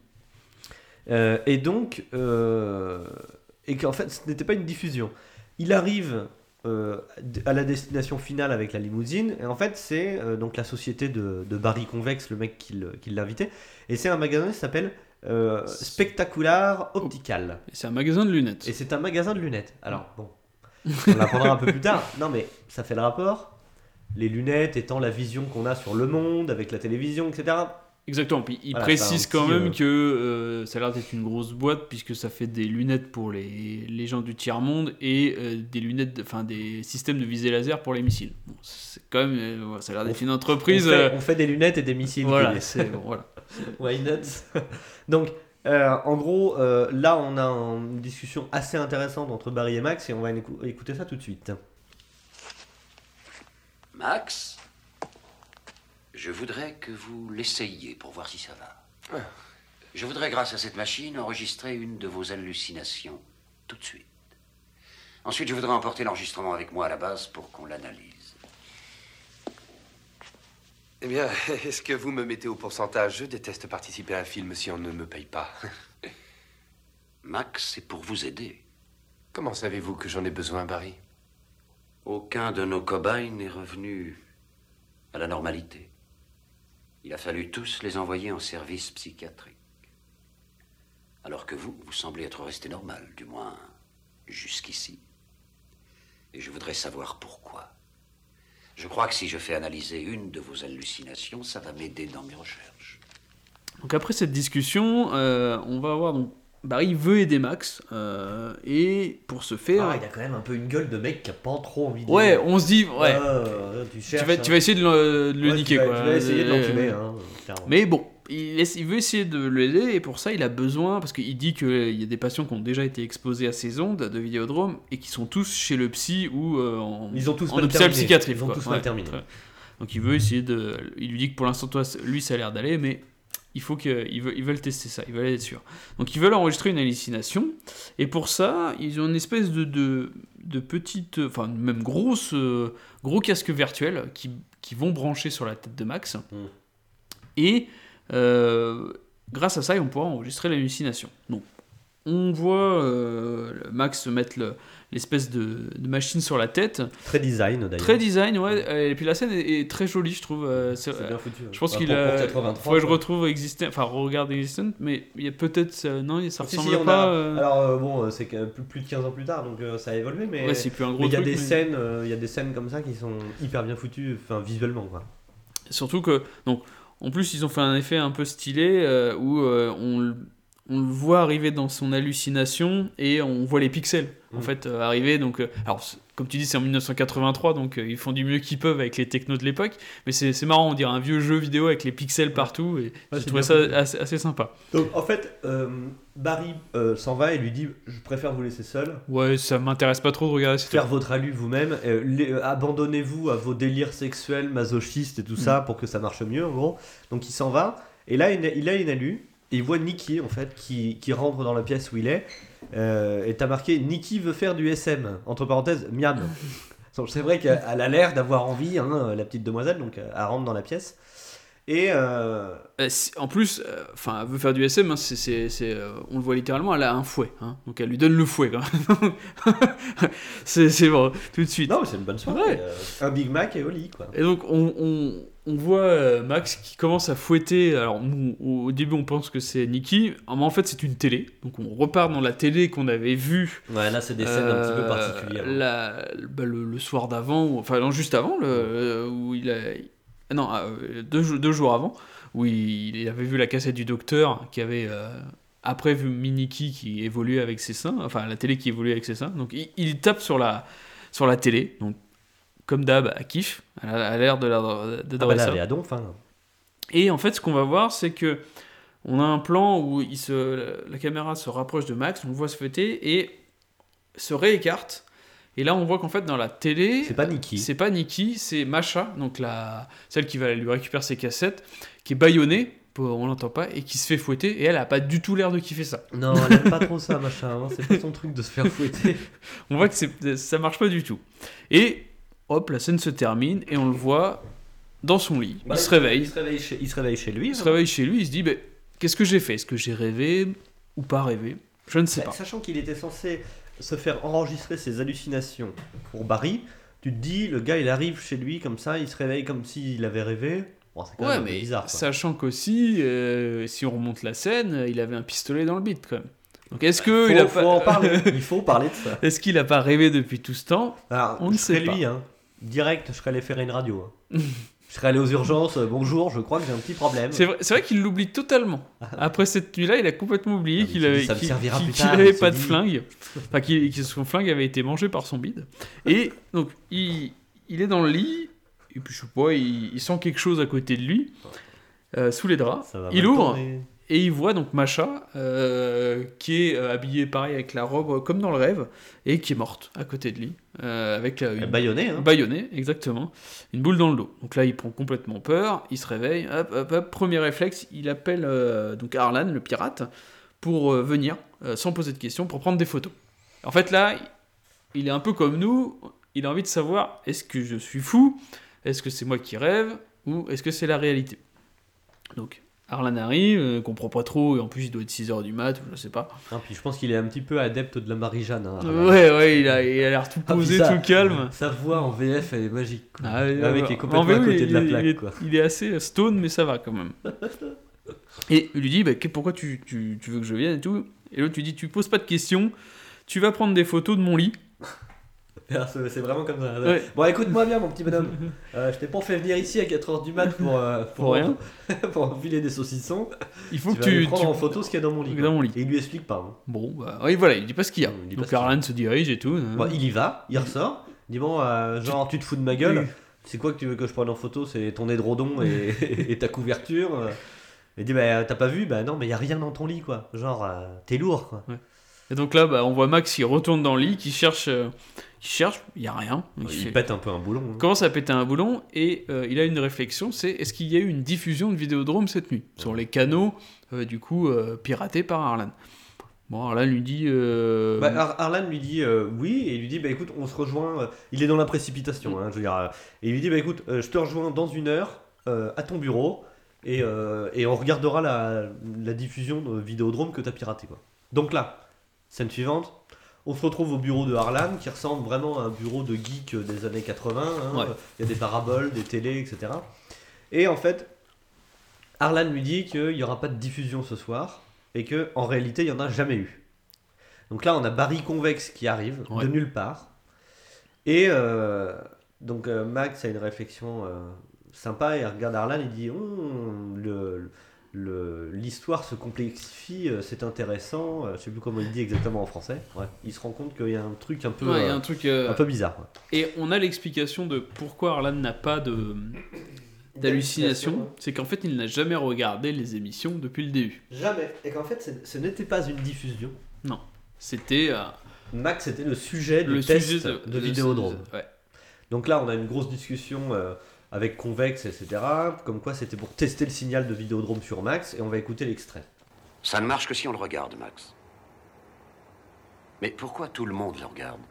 Euh, et donc, euh, et qu'en fait, ce n'était pas une diffusion. Il arrive euh, à la destination finale avec la limousine, et en fait, c'est euh, donc la société de, de Barry Convex, le mec qui le- qui l'invitait, et c'est un magasin qui s'appelle euh, Spectacular Optical. Et c'est un magasin de lunettes. Et c'est un magasin de lunettes. Alors, bon, on l'apprendra un peu plus tard. Non, mais ça fait le rapport. Les lunettes étant la vision qu'on a sur le monde, avec la télévision, et cetera. Exactement. Puis il Voilà, précise c'est un quand petit, même euh, que euh, ça a l'air d'être une grosse boîte puisque ça fait des lunettes pour les, les gens du tiers monde et euh, des lunettes, de- enfin des systèmes de visée laser pour les missiles. Bon, c'est quand même, euh, voilà, ça a l'air d'être une On entreprise. fait, euh, on fait des lunettes et des missiles. voilà, Kelly. c'est bon, voilà. Why not? Donc, euh, en gros, euh, là, on a une discussion assez intéressante entre Barry et Max et on va écou- écouter ça tout de suite. Max, je voudrais que vous l'essayiez pour voir si ça va. Je voudrais, grâce à cette machine, enregistrer une de vos hallucinations tout de suite. Ensuite, je voudrais emporter l'enregistrement avec moi à la base pour qu'on l'analyse. Eh bien, est-ce que vous me mettez au pourcentage? Je déteste participer à un film si on ne me paye pas. Max est pour vous aider. Comment savez-vous que j'en ai besoin, Barry? Aucun de nos cobayes n'est revenu à la normalité. Il a fallu tous les envoyer en service psychiatrique. Alors que vous, vous semblez être resté normal, du moins jusqu'ici. Et je voudrais savoir pourquoi. Je crois que si je fais analyser une de vos hallucinations, ça va m'aider dans mes recherches. Donc après cette discussion, euh, on va voir donc Barry veut aider Max euh, et pour ce faire, Ah, il a quand même un peu une gueule de mec qui a pas trop envie de. ouais, on se dit ouais, Euh, tu, cherches, tu vas, hein. tu vas essayer de le, de le Ouais, niquer tu vas, quoi. Tu vas essayer de Euh, l'entumer, hein, clairement. Mais bon, il, laisse- il veut essayer de l'aider et pour ça il a besoin, parce qu'il dit qu'il y a des patients qui ont déjà été exposés à ces ondes de Vidéodrome et qui sont tous chez le psy ou euh, en, Ils ont tous en mal hôpital terminé. psychiatrique. Ils ont quoi. tous mal Ouais, terminé. ouais. Donc il veut essayer de... Il lui dit que pour l'instant, toi, lui ça a l'air d'aller, mais il faut qu'ils veulent, ils veulent tester ça, ils veulent être sûrs. Donc ils veulent enregistrer une hallucination et pour ça, ils ont une espèce de, de, de petite, enfin même grosse, euh, gros casque virtuel qui, qui vont brancher sur la tête de Max. Mm. Et euh, grâce à ça, on pourra enregistrer l'hallucination. Donc, on voit euh, Max mettre le- l'espèce de, de machine sur la tête. Très design d'ailleurs. Très design, ouais. Et puis la scène est, est très jolie, je trouve. Euh, c'est- C'est bien foutu. je pense Bah, qu'il pour- pour a. quatre-vingt-trois, Faudrait que je quoi. retrouve Existent, enfin regarde Existent, mais il y a peut-être. euh, non, ça Si, ressemble si, on pas. a- euh, Alors euh, bon, euh, c'est que plus, plus de quinze ans plus tard, donc euh, ça a évolué, mais Ouais, c'est plus un gros mais il y a truc, des mais- scènes, euh, il y a des scènes comme ça qui sont hyper bien foutues, enfin visuellement quoi. Surtout que, donc, en plus, ils ont fait un effet un peu stylé euh, où euh, on, le- on le voit arriver dans son hallucination et on voit les pixels en Mm. fait euh, arriver. Donc, euh, alors, c'est- comme tu dis, c'est en dix-neuf cent quatre-vingt-trois, donc euh, ils font du mieux qu'ils peuvent avec les technos de l'époque. Mais c'est c'est marrant, on dirait un vieux jeu vidéo avec les pixels partout et j'ai c'est trouvé bien ça foutu. assez, assez sympa. Donc en fait, euh, Barry euh, s'en va et lui dit je préfère vous laisser seul. Ouais, ça m'intéresse pas trop de regarder cette Faire votre alu vous-même, euh, les- euh, abandonnez-vous à vos délires sexuels, masochistes et tout ça pour que ça marche mieux en gros. Donc il s'en va et là il a, il a une alu et il voit Nikki en fait qui, qui rentre dans la pièce où il est euh, et t'as marqué Nikki veut faire du S M entre parenthèses miam. Donc c'est vrai qu'elle elle a l'air d'avoir envie hein, la petite demoiselle donc euh, elle rentre dans la pièce et euh, Euh, si- en plus, euh, enfin, elle veut faire du S M, hein, c'est, c'est, c'est, euh, on le voit littéralement, elle a un fouet, hein, donc elle lui donne le fouet. Quand même. c'est, c'est bon, tout de suite. non mais c'est une bonne soirée. Ouais. euh, un Big Mac et au lit quoi. Et donc on, on, on voit euh, Max qui commence à fouetter. Alors nous, au au début on pense que c'est Nikki, mais en fait c'est une télé. Donc on repart dans la télé qu'on avait vue. Ouais là c'est des scènes un petit peu euh, particulières. la- bah, le, le soir d'avant, ou- enfin non juste avant, le, euh, où il a, non euh, deux, jou- deux jours avant, où il, il avait vu la cassette du docteur qui avait euh, après vu Miniki qui évoluait avec ses seins, enfin la télé qui évoluait avec ses seins. Donc il, il tape sur la sur la télé. Donc comme d'hab, elle kiffe, elle a, elle a l'air de la- Ah d'adorer bah là ça. elle est à donf hein. Et en fait, ce qu'on va voir, c'est que on a un plan où il se, la caméra se rapproche de Max, on le voit se fêter et se réécarte. Et là, on voit qu'en fait, dans la télé, C'est pas Nikki. c'est pas Nikki, c'est Masha, donc la, celle qui va lui récupérer ses cassettes, qui est bâillonnée, pour- on l'entend pas, et qui se fait fouetter. Et elle a pas du tout l'air de kiffer ça. Non, elle aime pas trop ça, machin. hein. C'est pas son truc de se faire fouetter. On voit que c'est, ça marche pas du tout. Et hop, la scène se termine et on le voit dans son lit. Bah, il se réveille. Il se réveille chez, il se réveille chez lui. Il se hein. réveille chez lui, il se dit bah, qu'est-ce que j'ai fait? Est-ce que j'ai rêvé ou pas rêvé? Je ne sais Bah, pas. Sachant qu'il était censé se faire enregistrer ses hallucinations pour Barry, tu te dis, le gars il arrive chez lui comme ça, il se réveille comme s'il avait rêvé. Bon, c'est quand Ouais, même un peu mais bizarre. quoi. sachant qu'aussi, euh, si on remonte la scène, il avait un pistolet dans le bide quand même. Donc est-ce que Faut, il a faut pas... en parler. Il faut parler de ça. Est-ce qu'il a pas rêvé depuis tout ce temps? Alors, On ne je sait serais pas. lui, hein. Direct, je serais allé faire une radio. hein. Je serais allé aux urgences. euh, Bonjour, je crois que j'ai un petit problème. C'est vrai, c'est vrai qu'il l'oublie totalement. Après cette nuit-là, il a complètement oublié Ah, mais qu'il tu avait dis, ça me qu'il- servira qu'il- plus qu'il tard, avait il pas s'est de dit. flingue, enfin qu'il- que son flingue avait été mangé par son bide. Et donc il, il est dans le lit et puis je sais pas, il, il sent quelque chose à côté de lui, euh, sous les draps. Ça va Il mal ouvre. tourner. Et il voit donc Masha, euh, qui est euh, habillée pareil avec la robe euh, comme dans le rêve, et qui est morte à côté de lui, euh, avec euh, Elle une bâillonnait, hein. bâillonnée, exactement, une boule dans le dos. Donc là, il prend complètement peur, il se réveille, hop, hop, hop, premier réflexe, il appelle euh, donc Arlan, le pirate, pour euh, venir, euh, sans poser de questions, pour prendre des photos. En fait, là, il est un peu comme nous, il a envie de savoir, est-ce que je suis fou, est-ce que c'est moi qui rêve, ou est-ce que c'est la réalité? Donc, Arlan arrive, euh, comprend pas trop, et en plus il doit être six heures du mat, ou je sais pas. Non, puis je pense qu'il est un petit peu adepte de la Marie-Jeanne. Hein, ouais, ouais, il a, il a l'air tout posé, ah, ça, tout calme. Sa voix en V F, elle est magique. Quoi. Ah, le mec est complètement V, à côté il, de la il, plaque. Il est, quoi. il est assez stone, mais ça va quand même. Et il lui dit, bah, pourquoi tu, tu, tu veux que je vienne et tout. Et l'autre lui dit, tu poses pas de questions, tu vas prendre des photos de mon lit. C'est vraiment comme ça. Ouais. Bon, écoute-moi bien, mon petit bonhomme. Euh, je t'ai pas fait venir ici à quatre heures du mat pour, euh, pour, pour rien. pour enfiler des saucissons. Il faut tu que vas tu prendre tu... en photo ce qu'il y a dans mon lit. Dans mon lit. Et il lui explique pas. Hein. Bon, bah, oui, voilà, il dit pas ce qu'il y a. Donc Arlan se dirige et tout. Hein. Bon, il y va, il ressort. Il dit bon, euh, genre, tu te fous de ma gueule. C'est quoi que tu veux que je prenne en photo? C'est ton édredon et, et ta couverture. Il dit bah t'as pas vu? Bah non, mais il y a rien dans ton lit, quoi. Genre, euh, t'es lourd, quoi. Ouais. Et donc là, bah, on voit Max qui retourne dans le lit, qui cherche, euh, qui cherche, il y a rien. Il, il fait... pète un peu un boulon. Hein. Il commence à péter un boulon et euh, il a une réflexion, c'est est-ce qu'il y a eu une diffusion de Vidéodrome cette nuit sur les canaux, euh, du coup, euh, piratés par Arlan. Bon, Arlan lui dit... Euh... Bah, Ar- Arlan lui dit euh, oui, et il lui dit bah écoute, on se rejoint, euh, il est dans la précipitation, hein, je veux dire, euh, et il lui dit bah écoute, euh, je te rejoins dans une heure euh, à ton bureau, et, euh, et on regardera la, la diffusion de Vidéodrome que t'as piraté, quoi. Donc là, scène suivante, on se retrouve au bureau de Arlan, qui ressemble vraiment à un bureau de geek des années quatre-vingts, hein, ouais. Il y a des paraboles, des télés, et cetera. Et en fait, Arlan lui dit qu'il n'y aura pas de diffusion ce soir, et qu'en réalité, il n'y en a jamais eu. Donc là, on a Barry Convex qui arrive, ouais. de nulle part. Et euh, donc euh, Max a une réflexion euh, sympa, et il regarde Arlan, il dit oh, le, le, l'histoire se complexifie, c'est intéressant. Je ne sais plus comment il dit exactement en français. Ouais. Il se rend compte qu'il y a un truc un peu, ouais, euh, un, truc, euh, un peu bizarre. Ouais. Et on a l'explication de pourquoi Arlan n'a pas de... d'hallucination, c'est qu'en fait il n'a jamais regardé les émissions depuis le début. Jamais. Et qu'en fait ce n'était pas une diffusion. Non. C'était... Euh... Max c'était le sujet du le test sujet de, de, de Vidéodrome. Ouais. Donc là on a une grosse discussion euh, avec Convex, et cetera. Comme quoi c'était pour tester le signal de Vidéodrome sur Max, et on va écouter l'extrait. Ça ne marche que si on le regarde, Max. Mais pourquoi tout le monde le regarde?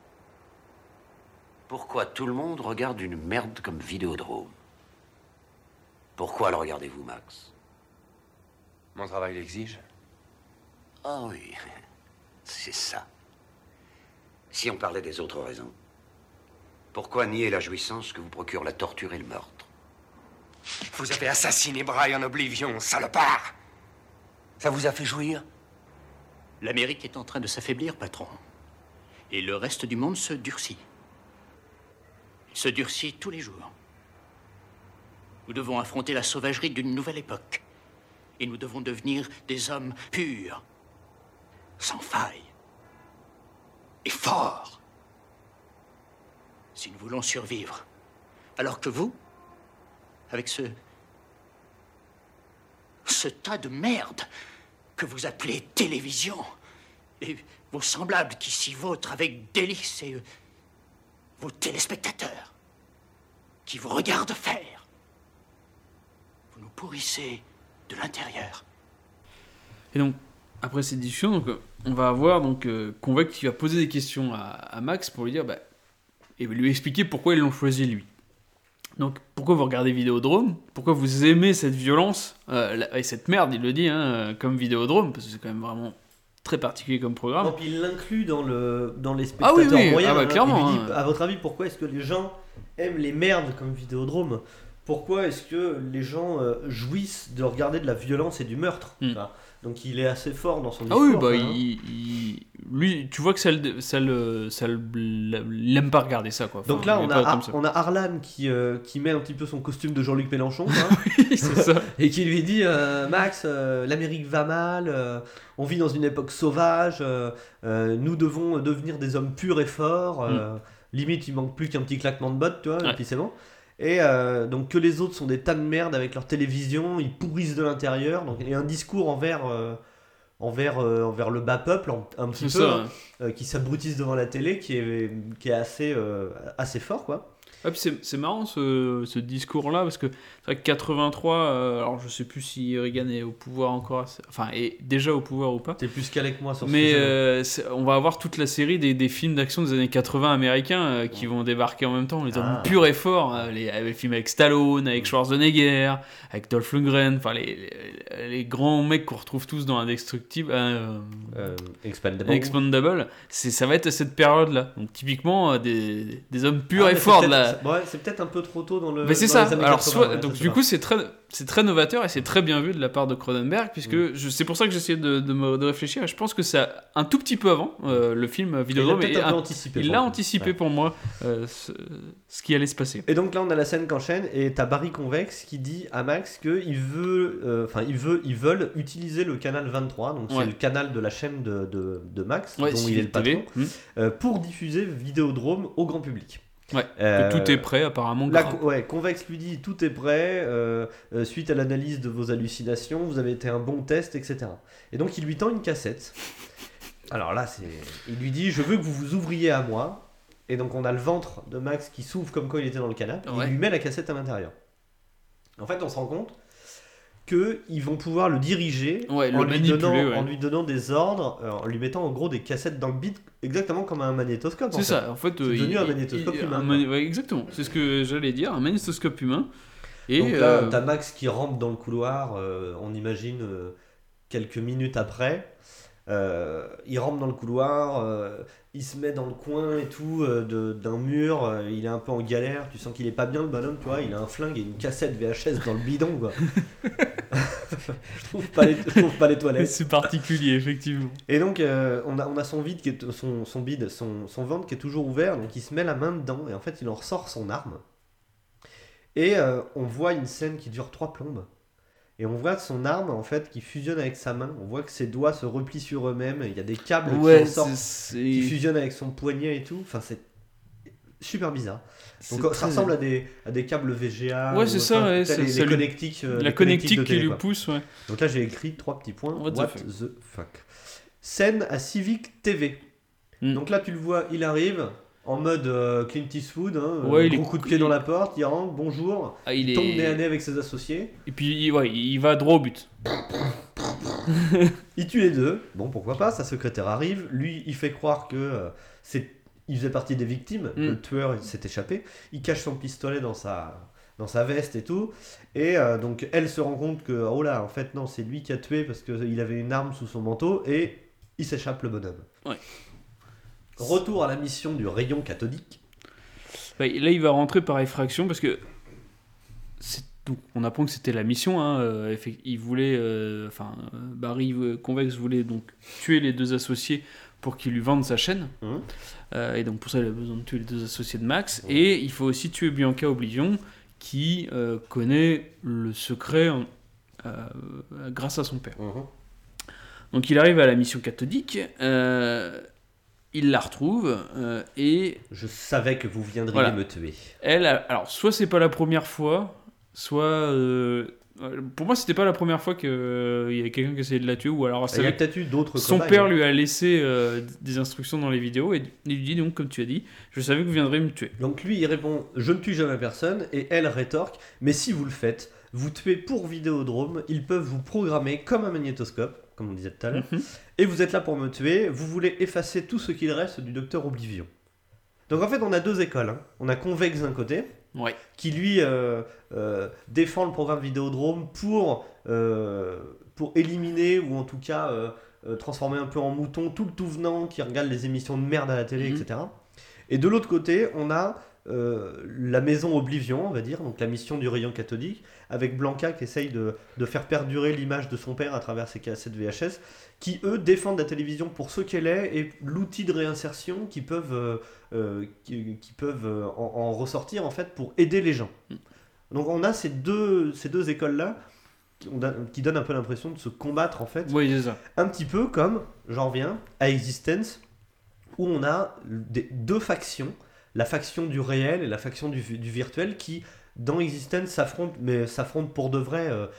Pourquoi tout le monde regarde une merde comme Vidéodrome? Pourquoi le regardez-vous, Max? Mon travail l'exige. Ah oui, c'est ça. Si on parlait des autres raisons, pourquoi nier la jouissance que vous procure la torture et le meurtre? Vous avez assassiné Brian Oblivion, salopard! Ça vous a fait jouir? L'Amérique est en train de s'affaiblir, patron. Et le reste du monde se durcit. Il se durcit tous les jours. Nous devons affronter la sauvagerie d'une nouvelle époque. Et nous devons devenir des hommes purs, sans faille, et forts. Si nous voulons survivre. Alors que vous, avec ce... ce tas de merde que vous appelez télévision, et vos semblables qui s'y vautrent avec délice, et vos téléspectateurs qui vous regardent faire, vous nous pourrissez de l'intérieur. Et donc, après cette discussion, donc, on va avoir donc euh, Convex qui va poser des questions à, à Max pour lui dire, bah, et lui expliquer pourquoi ils l'ont choisi lui. Donc, pourquoi vous regardez Vidéodrome? Pourquoi vous aimez cette violence euh, et cette merde, il le dit, hein, comme Vidéodrome, parce que c'est quand même vraiment très particulier comme programme. Non, puis il l'inclut dans, le, dans les spectateurs ah oui, oui. moyens. Ah bah, hein. clairement. Il lui dit, hein. à votre avis, pourquoi est-ce que les gens aiment les merdes comme Vidéodrome? Pourquoi est-ce que les gens euh, jouissent de regarder de la violence et du meurtre? mm. Enfin, donc il est assez fort dans son discours. Ah oui, bah, hein. il, il, lui, tu vois que ça le, ça le, ça le, il aime pas regarder ça, quoi. Enfin, donc là, on a, Ar- ça. on a Arlan qui, euh, qui met un petit peu son costume de Jean-Luc Mélenchon, hein, oui, c'est ça. et qui lui dit euh, Max, euh, l'Amérique va mal, euh, on vit dans une époque sauvage, euh, euh, nous devons devenir des hommes purs et forts. Euh, mm. Limite, il manque plus qu'un petit claquement de bottes, tu vois, ouais. Et puis c'est bon. Et euh, donc que les autres sont des tas de merde avec leur télévision, ils pourrissent de l'intérieur. Donc il y a un discours envers, euh, envers, euh, envers le bas peuple, un, un petit c'est peu, ça, hein, euh, qui s'abrutissent devant la télé, qui est, qui est assez, euh, assez fort, quoi. Ah, puis c'est, c'est marrant ce, ce discours-là, parce que c'est vrai que quatre-vingt-trois, euh, alors je sais plus si Reagan est au pouvoir encore, assez- enfin, est déjà au pouvoir ou pas. T'es plus calé que moi sur ce Mais sujet. euh, c'est- on va avoir toute la série des, des films d'action des années quatre-vingts américains euh, qui vont débarquer en même temps, les hommes Ah. purs et forts, euh, les, les films avec Stallone, avec Schwarzenegger, avec Dolph Lundgren, enfin les, les, les grands mecs qu'on retrouve tous dans Indestructible, euh, Euh, Expandable. Expandable, c'est, ça va être à cette période-là. Donc typiquement euh, des, des hommes purs Ah, et mais c'est forts de peut-être- la... c'est- ouais, c'est peut-être un peu trop tôt dans le. Mais c'est dans ça. les années Alors, quatre-vingts, soit, ouais, donc je sais du pas. coup, c'est très, c'est très novateur et c'est très bien vu de la part de Cronenberg, puisque Mm. je, c'est pour ça que j'essayais de, de, me, de réfléchir. Et je pense que c'est un tout petit peu avant euh, le film Vidéodrome. Il l'a peut-être et un peu un- anticipé Il pour l'a le coup. anticipé Ouais. pour moi euh, ce, ce qui allait se passer. Et donc là, on a la scène qui enchaîne et t'as Barry Convex qui dit à Max qu'il veut, euh, enfin, il veut, ils veulent utiliser le canal vingt-trois, donc Ouais. c'est le canal de la chaîne de, de, de Max, Ouais, dont il Civil est le T V. patron, Mm. euh, pour diffuser Vidéodrome au grand public. Ouais, Euh, que tout est prêt apparemment. Là, grave. Co- ouais, Convex lui dit tout est prêt, euh, euh, suite à l'analyse de vos hallucinations, vous avez été un bon test, et cetera. Et donc il lui tend une cassette. Alors là, c'est, il lui dit je veux que vous vous ouvriez à moi. Et donc on a le ventre de Max qui s'ouvre comme quand il était dans le canapé. Et Ouais. il lui met la cassette à l'intérieur. En fait, on se rend compte que ils vont pouvoir le diriger Ouais, le en, lui manipuler, donnant, ouais. en lui donnant des ordres, euh, en lui mettant en gros des cassettes dans le bide, exactement comme un magnétoscope. en C'est fait. ça, en fait. C'est euh, devenu il- un il- magnétoscope il- humain, un mani- ouais, exactement, c'est ce que j'allais dire, un magnétoscope humain. Et Donc là, euh, t'as Max qui rentre dans le couloir, euh, on imagine euh, quelques minutes après. Euh, il rentre dans le couloir, euh, il se met dans le coin et tout euh, de- d'un mur, euh, il est un peu en galère, tu sens qu'il est pas bien le bonhomme, tu vois, il a un flingue et une cassette V H S dans le bidon quoi. je, trouve pas les, je trouve pas les toilettes. c'est particulier, effectivement. Et donc euh, on, a, on a son vide, qui est, son, son bide, son, son ventre qui est toujours ouvert, donc il se met la main dedans et en fait il en ressort son arme. Et euh, on voit une scène qui dure trois plombes. Et on voit son arme en fait qui fusionne avec sa main. On voit que ses doigts se replient sur eux-mêmes. Il y a des câbles Ouais, qui en sortent, c'est- qui c'est- fusionnent avec son poignet et tout. Enfin, c'est super bizarre. c'est Donc ça très- ressemble à des, à des câbles V G A. Ouais, ou, c'est ça, enfin, ouais, t'as ça- les, ça les lui- connectiques. euh, La les connectique de qui télé, lui quoi. pousse, ouais. Donc là j'ai écrit trois petits points. What the What fuck. the fuck. Scène à Civic T V. Mm. Donc là tu le vois, il arrive en mode euh, Clint Eastwood, hein, Ouais, euh, il est- gros coup de pied il- dans la porte, il rentre, bonjour, Ah, il il tombe est- nez à nez avec ses associés, Et puis, il- ouais, il va droit au but. il tue les deux, bon pourquoi pas, sa secrétaire arrive, lui il fait croire que euh, c'est, il faisait partie des victimes, Mm. le tueur il s'est échappé, il cache son pistolet dans sa, dans sa veste et tout, et euh, donc elle se rend compte que, oh là, en fait non, c'est lui qui a tué parce qu'il avait une arme sous son manteau, et il s'échappe le bonhomme. Ouais. Retour à la mission du rayon cathodique. Bah, là, il va rentrer par effraction parce que c'est- donc, on apprend que c'était la mission. Hein, euh, effe- il voulait, euh, enfin, euh, Barry euh, Convex voulait donc tuer les deux associés pour qu'ils lui vendent sa chaîne. Mhm. Euh, et donc pour ça, il a besoin de tuer les deux associés de Max. Et il faut aussi tuer Bianca Oblivion, qui euh, connaît le secret en- euh, grâce à son père. Mhm. Donc il arrive à la mission cathodique. Euh, il la retrouve euh, et Je savais que vous viendriez Voilà. me tuer. elle, a- alors soit c'est pas la première fois, soit euh, euh, pour moi c'était pas la première fois qu'il y avait quelqu'un qui essayait de la tuer, ou alors Il y a ça- peut-être eu d'autres son cobayes, père hein. lui a laissé euh, des instructions dans les vidéos et il lui dit donc comme tu as dit, je savais que vous viendriez me tuer. Donc lui, il répond « Je ne tue jamais personne » et elle rétorque « Mais si vous le faites, vous tuez pour Vidéodrome, ils peuvent vous programmer comme un magnétoscope, comme on disait tout à l'heure, Mhm. et vous êtes là pour me tuer, vous voulez effacer tout ce qu'il reste du docteur Oblivion. » Donc en fait, on a deux écoles. Hein. On a Convex d'un côté, Ouais. qui lui euh, euh, défend le programme Vidéodrome pour, euh, pour éliminer, ou en tout cas euh, euh, transformer un peu en mouton tout le tout venant qui regarde les émissions de merde à la télé, Mhm. et cetera. Et de l'autre côté, on a euh, la maison Oblivion, on va dire, donc la mission du rayon cathodique, avec Blanca qui essaye de, de faire perdurer l'image de son père à travers ses cassettes V H S, qui eux défendent la télévision pour ce qu'elle est et l'outil de réinsertion qui peuvent, euh, euh, qui, qui peuvent euh, en, en ressortir en fait pour aider les gens. Donc on a ces deux, ces deux écoles-là qui, on a- qui donnent un peu l'impression de se combattre en fait, Oui, c'est ça. un petit peu comme, j'en reviens, à Existence, où on a des, deux factions, la faction du réel et la faction du, du virtuel, qui, dans Existence, s'affrontent, mais s'affrontent pour de vrai, euh,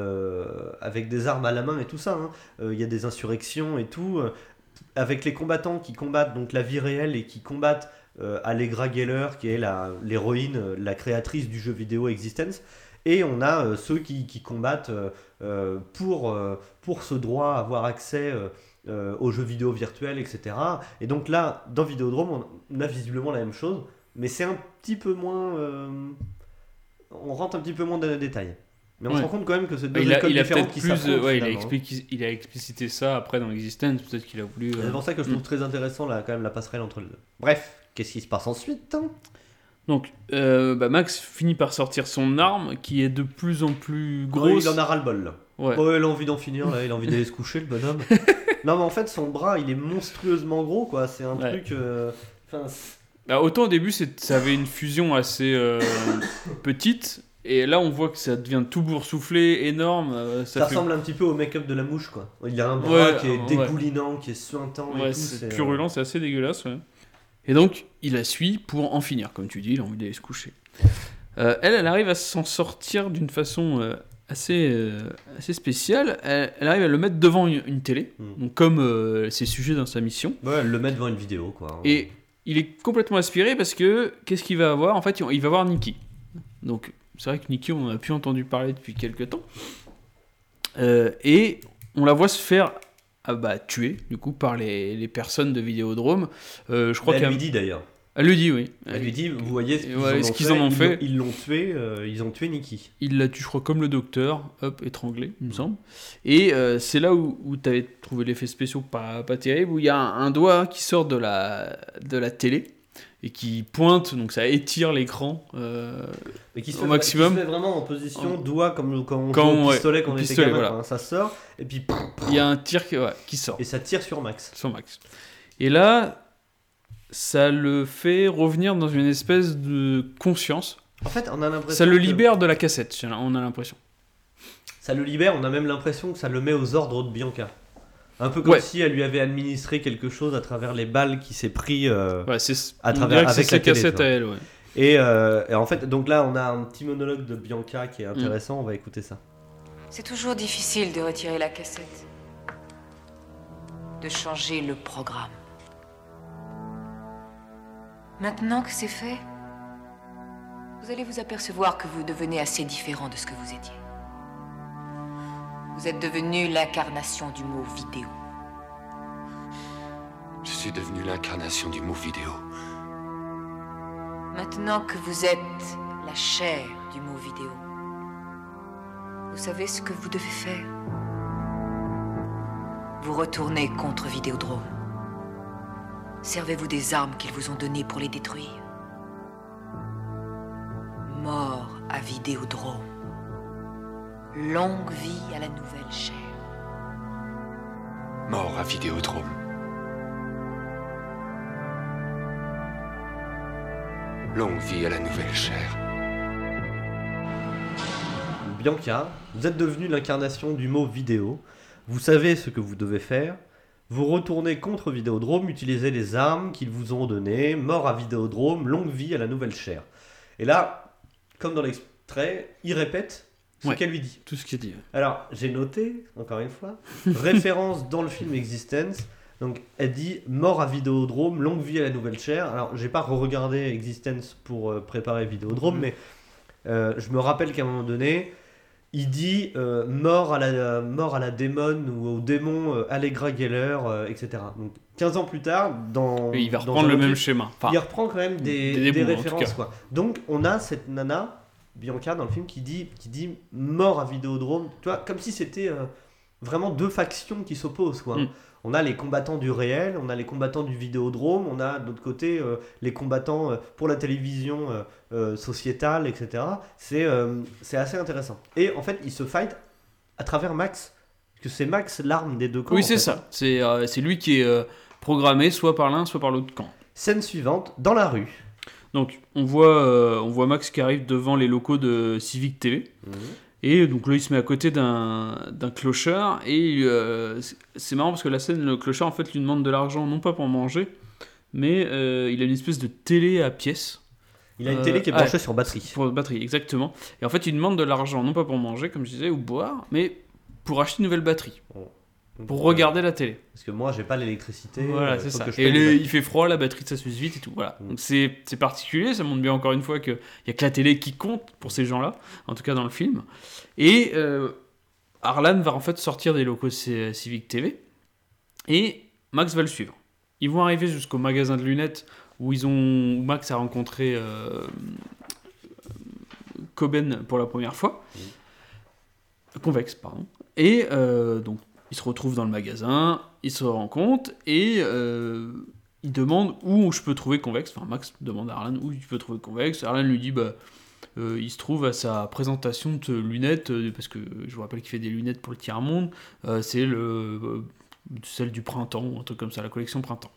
euh, avec des armes à la main et tout ça. hein. Euh, Il y a des insurrections et tout, euh, avec les combattants qui combattent donc la vie réelle et qui combattent euh, Allegra Geller, qui est la, l'héroïne, euh, la créatrice du jeu vidéo Existence. Et on a euh, ceux qui, qui combattent euh, euh, pour, euh, pour ce droit à avoir accès euh, euh, aux jeux vidéo virtuels, et cetera. Et donc là, dans Vidéodrome, on a visiblement la même chose, mais c'est un petit peu moins... Euh, on rentre un petit peu moins dans les détails. Mais on ouais. se rend compte quand même que c'est deux il a, écoles il a différentes peut-être qui plus, s'affrontent. ouais, il, a finalement. expliqué, il a explicité ça après dans Existence, peut-être qu'il a voulu... Euh... C'est pour ça que je trouve mm. très intéressant là, quand même la passerelle entre les deux. Bref, qu'est-ce qui se passe ensuite hein Donc, euh, bah Max finit par sortir son arme qui est de plus en plus grosse. Ouais, il en a ras-le-bol là. Ouais. Oh, il a envie d'en finir là, il a envie d'aller se coucher le bonhomme. Non mais en fait son bras il est monstrueusement gros quoi, c'est un ouais. truc... Euh... Enfin, bah, autant au début c'est, ça avait une fusion assez euh, petite, et là on voit que ça devient tout boursouflé, énorme. Euh, ça ça fait... ressemble un petit peu au make-up de la mouche quoi. Il a un bras ouais, qui est ouais. dégoulinant, qui est suintant et ouais, tout. c'est, C'est purulent, euh... c'est assez dégueulasse. Ouais. Et donc il la suit pour en finir, comme tu dis, il a envie d'aller se coucher. Euh, elle, elle arrive à s'en sortir d'une façon euh, assez, euh, assez spéciale. Elle, elle arrive à le mettre devant une, une télé, mm. donc comme euh, c'est sujet dans sa mission. Ouais, elle le met devant une vidéo quoi. Et il est complètement aspiré parce que qu'est-ce qu'il va avoir ? En fait, il va voir Nikki. Donc c'est vrai que Nikki, on en a plus entendu parler depuis quelques temps. Euh, et on la voit se faire ah bah, tuer du coup par les, les personnes de Vidéodrome. Euh, je crois elle qu'elle lui dit d'ailleurs. Elle lui dit, oui. Elle lui dit, vous voyez ce qu'ils, ouais, en, ce ont qu'ils fait, en ont fait. Ils l'ont, ils l'ont tué, euh, ils ont tué Nikki. Il l'a tué, je crois, comme le docteur, hop, étranglé, il me semble. Et euh, c'est là où, où tu avais trouvé l'effet spécial pas, pas terrible, où il y a un, un doigt qui sort de la, de la télé et qui pointe, donc ça étire l'écran euh, Mais qui se au fait, maximum. Qui se met vraiment en position Oh. doigt, comme quand on quand, joue au ouais, pistolet quand on était pistolet, gamin. voilà. Quoi, hein, ça sort, et puis... Il y a un tir qui, ouais, qui sort. Et ça tire sur Max. Sur Max. Et là... ça le fait revenir dans une espèce de conscience. En fait, on a l'impression ça le que... libère de la cassette, on a l'impression. Ça le libère, on a même l'impression que ça le met aux ordres de Bianca. Un peu comme ouais. si elle lui avait administré quelque chose à travers les balles qui s'est pris euh, ouais, c'est... à travers avec c'est la télé, cassette à elle, ouais. Et, euh, et en fait, donc là, on a un petit monologue de Bianca qui est intéressant, mmh. on va écouter ça. C'est toujours difficile de retirer la cassette. De changer le programme. Maintenant que c'est fait, vous allez vous apercevoir que vous devenez assez différent de ce que vous étiez. Vous êtes devenu l'incarnation du mot vidéo. Je suis devenu l'incarnation du mot vidéo. Maintenant que vous êtes la chair du mot vidéo, vous savez ce que vous devez faire? Vous retournez contre Vidéodrome. Servez-vous des armes qu'ils vous ont données pour les détruire. Mort à Vidéodrome. Longue vie à la nouvelle chair. Mort à Vidéodrome. Longue vie à la nouvelle chair. Bianca, vous êtes devenue l'incarnation du mot vidéo. Vous savez ce que vous devez faire. Vous retournez contre Vidéodrome, utilisez les armes qu'ils vous ont données. Mort à Vidéodrome, longue vie à la nouvelle chair. Et là, comme dans l'extrait, il répète ce ouais, qu'elle lui dit. Tout ce qu'il dit. Alors, j'ai noté, encore une fois, référence dans le film Existence. Donc, elle dit mort à Vidéodrome, longue vie à la nouvelle chair. Alors, j'ai pas re-regardé Existence pour euh, préparer Vidéodrome, mmh. mais euh, je me rappelle qu'à un moment donné, il dit euh, mort, à la, euh, mort à la démon ou au démon euh, Allegra Geller, euh, et cetera. Donc, quinze ans plus tard, dans. Et il va dans reprendre le même film, schéma. Enfin, il reprend quand même des, des, des bouts, références. Quoi. Donc, on a cette nana. Bianca dans le film qui dit, qui dit mort à Vidéodrome, tu vois, comme si c'était euh, vraiment deux factions qui s'opposent quoi. Mm. On a les combattants du réel, on a les combattants du Vidéodrome, on a de l'autre côté euh, les combattants euh, pour la télévision euh, euh, sociétale, et cetera. C'est, euh, c'est assez intéressant. Et en fait, ils se fight à travers Max, parce que c'est Max l'arme des deux camps. Oui, c'est fait. ça. C'est, euh, c'est lui qui est euh, programmé soit par l'un, soit par l'autre camp. Scène suivante, dans la rue. Donc, on voit, euh, on voit Max qui arrive devant les locaux de Civic T V. Mmh. Et donc là, il se met à côté d'un, d'un clochard. Et euh, c'est, c'est marrant parce que la scène, le clochard, en fait, lui demande de l'argent, non pas pour manger, mais euh, il a une espèce de télé à pièces. Il a une télé euh, qui est branchée ah, sur batterie. Pour batterie, exactement. Et en fait, il demande de l'argent, non pas pour manger, comme je disais, ou boire, mais pour acheter une nouvelle batterie. Oh. pour regarder la télé. Parce que moi, j'ai pas l'électricité. Voilà, euh, c'est faut ça. que je Et paye les- les- il fait froid, la batterie ça s'use vite et tout. Voilà. Mm. Donc c'est c'est particulier, ça montre bien encore une fois qu'il y a que la télé qui compte pour ces gens-là, en tout cas dans le film. Et euh, Harlan va en fait sortir des locaux C- Civic T V et Max va le suivre. Ils vont arriver jusqu'au magasin de lunettes où ils ont où Max a rencontré euh, Coben pour la première fois. Convex, pardon. Et euh, donc, ils se retrouvent dans le magasin, ils se rencontrent et euh, ils demandent où je peux trouver Convex. Enfin, Max demande à Harlan où tu peux trouver Convex. Harlan lui dit bah, euh, il se trouve à sa présentation de lunettes, euh, parce que je vous rappelle qu'il fait des lunettes pour le tiers-monde. Euh, c'est le, euh, celle du printemps, un truc comme ça, la collection printemps.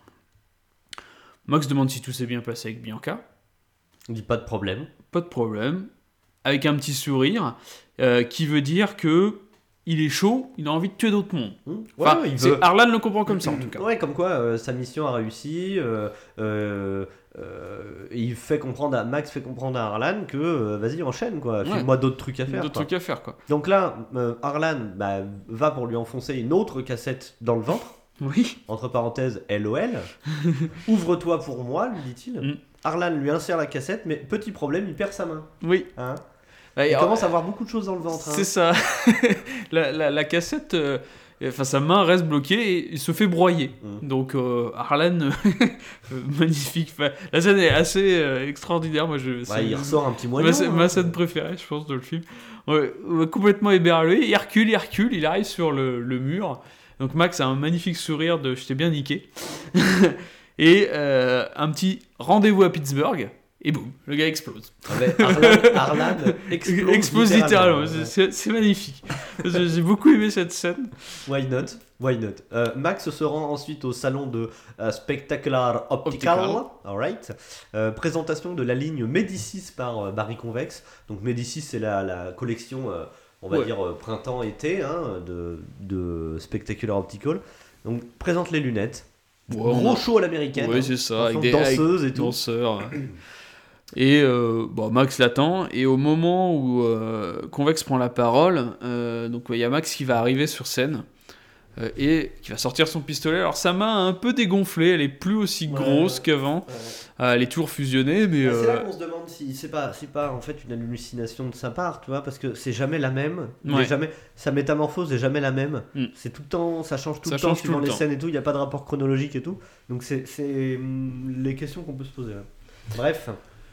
Max demande si tout s'est bien passé avec Bianca. Il dit pas de problème. Pas de problème. Avec un petit sourire, euh, qui veut dire que il est chaud, il a envie de tuer d'autres mondes. Mmh. Enfin, Ouais, il c'est- veut- Harlan le comprend comme ça en tout cas. Ouais, comme quoi euh, sa mission a réussi. euh, euh, euh, il fait comprendre à Max fait comprendre à Harlan que euh, vas-y enchaîne quoi, Ouais. file-moi d'autres trucs à faire. D'autres quoi. trucs à faire quoi. Donc là, euh, Harlan bah, va pour lui enfoncer une autre cassette dans le ventre. Oui. Entre parenthèses, L O L. Ouvre-toi pour moi, lui dit-il. Mm. Harlan lui insère la cassette, mais petit problème, il perd sa main. Oui. Hein Ouais, il alors, commence à avoir beaucoup de choses dans le ventre. hein. C'est ça. la, la, la cassette, euh, enfin sa main reste bloquée et il se fait broyer. Mm. Donc euh, Harlan, euh, magnifique. Enfin, la scène est assez euh, extraordinaire. Moi, je. c'est- il ressort un petit moignon, Ma, scè- hein. ma scène préférée, je pense, dans le film. Ouais, ouais, complètement éberlué. Il recule, il recule, il arrive sur le, le mur. Donc Max a un magnifique sourire de je t'ai bien niqué. Et euh, un petit rendez-vous à Pittsburgh. Et boum, le gars explose. Ah ben, Harlan- Harlan explose Explose littéralement. littéralement. C'est- C'est c'est magnifique. J'ai j'ai beaucoup aimé cette scène. Why not? Why not? Euh, Max se rend ensuite au salon de euh, Spectacular Optical. Optical. Alright. Euh, présentation de la ligne Médicis par euh, Barry Convex. Donc Médicis, c'est la, la collection, euh, on va Ouais. dire euh, printemps-été hein, de, de Spectacular Optical. Donc présente les lunettes. Ouais, Gros on a- show à l'américaine. Oui, hein. c'est ça. Avec Attention, des danseuses avec et tout. danseurs. Et euh, bon, Max l'attend. Et au moment où euh, Convex prend la parole, euh, donc il y a Max qui va arriver sur scène euh, et qui va sortir son pistolet. Alors sa main a un peu dégonflé, elle est plus aussi grosse qu'avant. Euh, elle est toujours fusionnée, mais Bah, c'est là euh, qu'on se demande si c'est pas, c'est pas en fait une hallucination de sa part, tu vois, parce que c'est jamais la même. Il est Ouais. jamais, sa métamorphose est jamais la même. Mm. C'est tout le temps, ça change tout Ça le temps change suivant tout le les temps. scènes et tout. Il n'y a pas de rapport chronologique et tout. Donc c'est, c'est hum, les questions qu'on peut se poser là. Bref.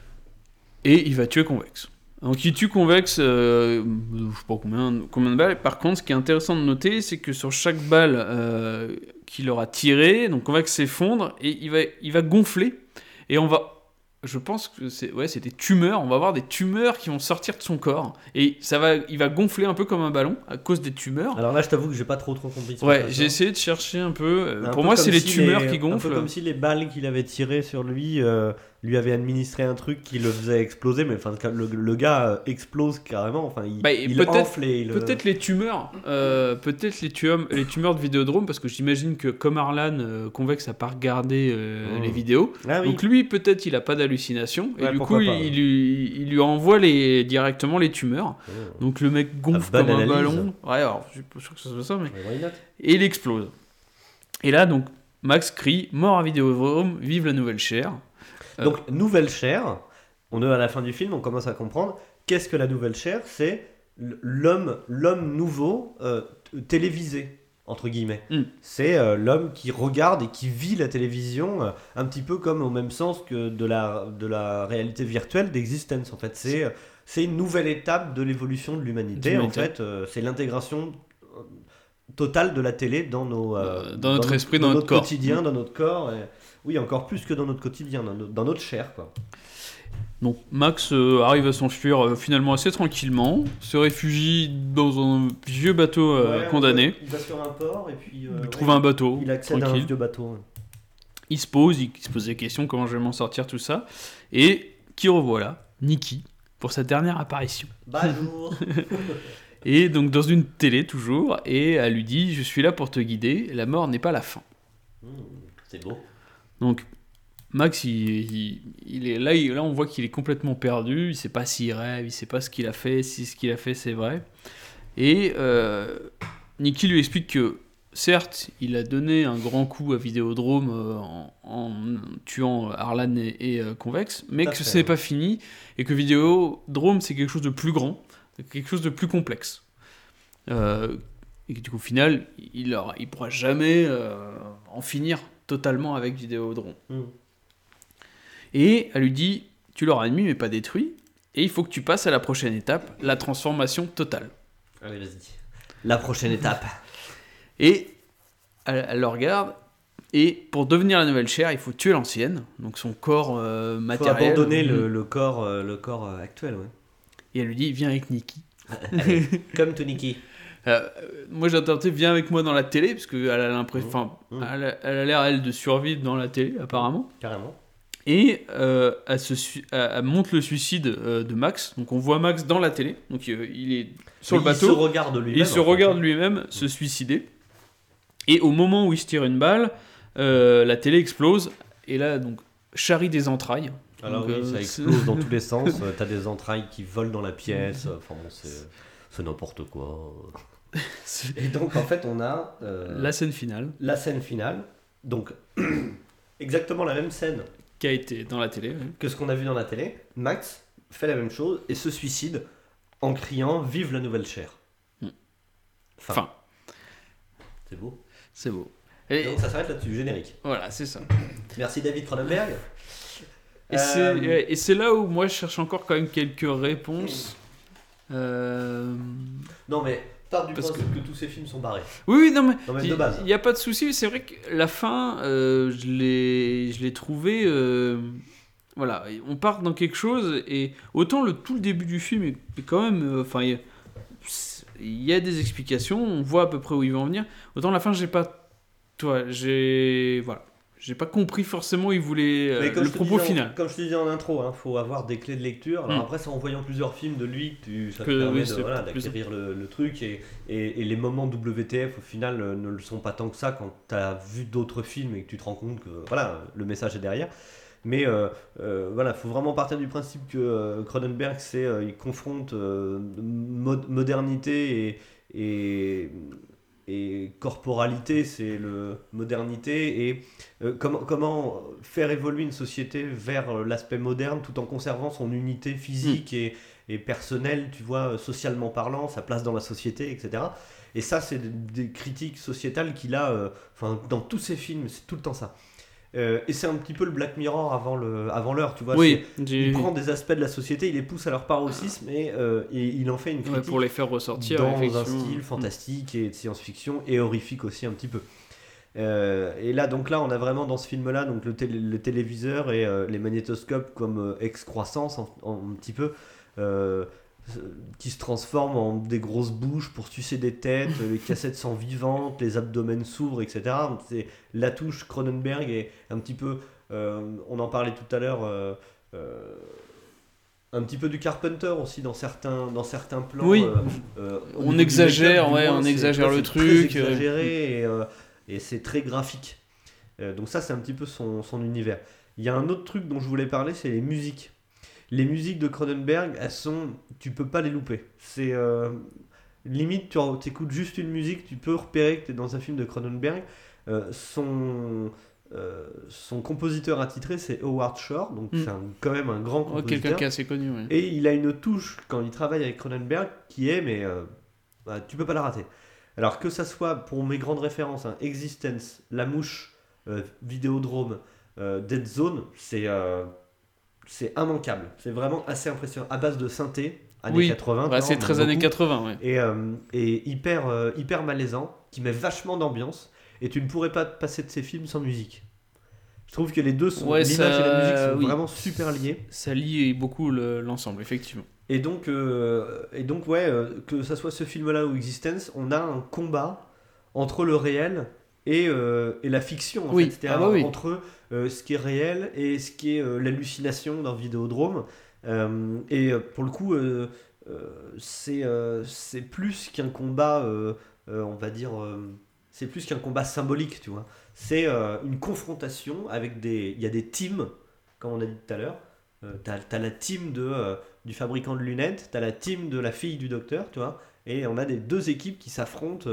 et il va tuer Convex. Donc il tue Convex, euh, je sais pas combien, combien de balles. Par contre, ce qui est intéressant de noter, c'est que sur chaque balle euh, qu'il aura tiré, donc Convex s'effondre et il va, il va gonfler. Et on va, je pense que c'est, ouais, c'est des tumeurs. On va avoir des tumeurs qui vont sortir de son corps et ça va, il va gonfler un peu comme un ballon à cause des tumeurs. Alors là, je t'avoue que j'ai pas trop trop compris. ce Ouais, passage. j'ai essayé de chercher un peu. euh, Un Pour peu moi, comme c'est les si tumeurs les- qui Un peu gonflent. comme si les balles qu'il avait tirées sur lui euh, lui avaient administré un truc qui le faisait exploser, mais enfin le, le gars euh, explose carrément. Enfin, il, Bah, et il peut-être, enfle et il, peut-être les tumeurs, euh, peut-être les tumeurs, les tumeurs de Vidéodrome, parce que j'imagine que comme Harlan, euh, Convex n'a pas regardé euh, Mmh. les vidéos, Ah oui. donc lui peut-être il a pas d'hallucination et Ouais, du pourquoi coup pas, il, ouais. lui, il lui envoie les, directement les tumeurs. Mmh. Donc le mec gonfle Ah, bonne comme un analyse. ballon. Ouais, alors je suis pas sûr que ça soit ça, mais Mais why not? et il explose. Et là donc Max crie mort à Vidéodrome, vive la nouvelle chair. Euh, Donc, nouvelle chair, on est à la fin du film, on commence à comprendre qu'est-ce que la nouvelle chair, c'est l'homme, l'homme nouveau euh, t- télévisé, entre guillemets. Mm. C'est euh, l'homme qui regarde et qui vit la télévision, euh, un petit peu comme au même sens que de la, de la réalité virtuelle d'existence, en fait. C'est, euh, c'est une nouvelle étape de l'évolution de l'humanité, De en l'humanité. fait. euh, c'est l'intégration euh, totale de la télé dans, nos, euh, Euh, dans notre esprit, dans notre corps. quotidien, dans notre corps. et- oui, encore plus que dans notre quotidien, dans, notre- dans notre chair, quoi. Donc Max euh, arrive à s'enfuir euh, finalement assez tranquillement, se réfugie dans un vieux bateau euh, Ouais, condamné. Il va sur un port et puis. euh, Il ouais, trouve un bateau, Il accède à tranquille. un vieux bateau. ouais. Il se pose, il, il se pose des questions, comment je vais m'en sortir, tout ça. Et qui revoilà, Nikki, pour sa dernière apparition. Bonjour. Et donc dans une télé toujours, et elle lui dit, je suis là pour te guider, la mort n'est pas la fin. Mmh, c'est beau. Donc Max, il, il- il est là, il- là on voit qu'il est complètement perdu, il sait pas s'il rêve, il sait pas ce qu'il a fait, si ce qu'il a fait c'est vrai. Et euh, Nikki lui explique que certes, il a donné un grand coup à Vidéodrome euh, en, en tuant Harlan et, et euh, Convex, mais Tout à que fait, c'est ouais. pas fini, et que Vidéodrome, c'est quelque chose de plus grand, quelque chose de plus complexe. Euh, et que du coup, au final, il aura, il pourra jamais euh, en finir totalement avec Vidéodrome. Mm. Et elle lui dit, tu l'auras admis, mais pas détruit, et il faut que tu passes à la prochaine étape, la transformation totale. Allez, vas-y. La prochaine étape. Et elle, elle le regarde, et pour devenir la nouvelle chair, il faut tuer l'ancienne, donc son corps euh, Il faut matériel. abandonner le, le corps, euh, le corps euh, actuel, ouais. Et elle lui dit, viens avec Nikki. Allez, comme to Nikki. Euh, moi j'ai interprété viens avec moi dans la télé parce qu'elle a l'impression, Mmh. enfin, Mmh. elle, a- elle a l'air elle de survivre dans la télé apparemment. Carrément. Et euh, elle, se su- elle- elle montre le suicide euh, de Max. Donc on voit Max dans la télé. Donc euh, il est sur Mais le bateau. Il se regarde lui-même. Il se en fait. regarde lui-même se suicider. Et au moment où il se tire une balle, euh, la télé explose. Et là donc charrie des entrailles. Alors Donc, oui, euh, ça c'est- explose dans tous les sens. Euh, T'as des entrailles qui volent dans la pièce. Enfin bon, c'est, c'est n'importe quoi. Et donc en fait, on a euh, La scène finale la scène finale. Donc exactement la même scène qui a été dans la télé. ouais. que ce qu'on a vu dans la télé. Max fait la même chose et se suicide en criant "Vive la nouvelle chair". Mm. Fin. Fin. C'est beau. C'est beau. Et Donc ça s'arrête là-dessus, générique. voilà, c'est ça. Merci David Cronenberg. Et c'est- Euh, ouais, et c'est là où moi je cherche encore quand même quelques réponses. Euh, Non mais part du Parce principe que... tous ces films sont barrés. Oui, oui, non mais Non, même il de base. n'y a pas de souci. mais C'est vrai que la fin, euh, je l'ai, je l'ai trouvé. euh, voilà, on part dans quelque chose et autant le tout le début du film est est quand même, euh, enfin, il y a- il y a des explications, on voit à peu près où ils vont en venir. Autant la fin, j'ai pas, toi, j'ai, voilà, j'ai pas compris forcément où ils voulaient euh, Mais comme le je te propos disais en- final. Comme je te disais en intro, il faut avoir des clés de lecture. Alors Mm. après, c'est en voyant plusieurs films de lui que tu, ça te Que- permet oui, de, c'est voilà, plus- d'acquérir le, le truc. Et, et, et les moments W T F, au final, euh, ne le sont pas tant que ça quand tu as vu d'autres films et que tu te rends compte que voilà, le message est derrière. Mais euh, euh, voilà, faut vraiment partir du principe que euh, Cronenberg, c'est, euh, il confronte euh, mo- modernité et, et, et corporalité, c'est le modernité, et euh, comment, comment faire évoluer une société vers euh, l'aspect moderne tout en conservant son unité physique et, et personnelle, tu vois, socialement parlant, sa place dans la société, et cetera. Et ça, c'est des, des critiques sociétales qu'il a, euh, enfin, dans tous ses films, c'est tout le temps ça. Euh, et c'est un petit peu le Black Mirror avant, le, avant l'heure, tu vois. Oui, c'est- j'ai- il prend des aspects de la société, il les pousse à leur paroxysme et, euh, et il en fait une Ouais, critique pour les faire ressortir dans un effectivement. style fantastique et de science-fiction et horrifique aussi un petit peu. Euh, et là, donc là, on a vraiment dans ce film-là donc le, télé- le téléviseur et euh, les magnétoscopes comme euh, excroissance en, en- un petit peu. euh, qui se transforment en des grosses bouches pour sucer des têtes, les cassettes sont vivantes, les abdomens s'ouvrent, et cetera. Donc, c'est la touche Cronenberg et un petit peu, euh, on en parlait tout à l'heure, euh, euh, un petit peu du Carpenter aussi dans certains, dans certains plans. Oui. euh, euh, au On niveau du exagère, make-up, du ouais, moins, on c'est- exagère ouais, le c'est truc, très euh. exagéré et, euh, et c'est très graphique. Euh, donc ça, c'est un petit peu son, son univers. Il y a un autre truc dont je voulais parler, c'est les musiques. Les musiques de Cronenberg, elles sont, tu peux pas les louper. C'est euh, limite, tu écoutes juste une musique, tu peux repérer que tu es dans un film de Cronenberg. Euh, son, euh, son compositeur attitré, c'est Howard Shore, donc Mm. c'est un- quand même un grand Ouais, compositeur. quelqu'un qui est assez connu. Ouais. Et il a une touche quand il travaille avec Cronenberg qui est, mais euh, bah, tu peux pas la rater. Alors que ça soit pour mes grandes références, hein, Existence, La Mouche, euh, Vidéodrome, euh, Dead Zone, c'est euh, c'est immanquable. C'est vraiment assez impressionnant. À base de synthé, années Oui, quatre-vingts. ouais, tu c'est vois, on très aime années beaucoup. quatre-vingts, ouais. Et, euh, et hyper, euh, hyper malaisant, qui met vachement d'ambiance. Et tu ne pourrais pas te passer de ces films sans musique. Je trouve que les deux sont, Ouais, l'image ça- et la musique sont oui. vraiment super liés. Ça lie beaucoup le- l'ensemble, effectivement. Et donc, euh, et donc ouais, euh, que ça soit ce film-là ou Existence, on a un combat entre le réel et, euh, et la fiction, en Oui, fait. C'est-à-dire ah bah oui. entre euh, ce qui est réel et ce qui est euh, l'hallucination dans Vidéodrome. Euh, et euh, pour le coup, euh, euh, c'est euh, c'est plus qu'un combat, euh, euh, on va dire, euh, c'est plus qu'un combat symbolique, tu vois. C'est euh, une confrontation avec des... Il y a des teams, comme on a dit tout à l'heure. Euh, t'as, t'as la team de, euh, du fabricant de lunettes, t'as la team de la fille du docteur, tu vois, et on a des deux équipes qui s'affrontent euh,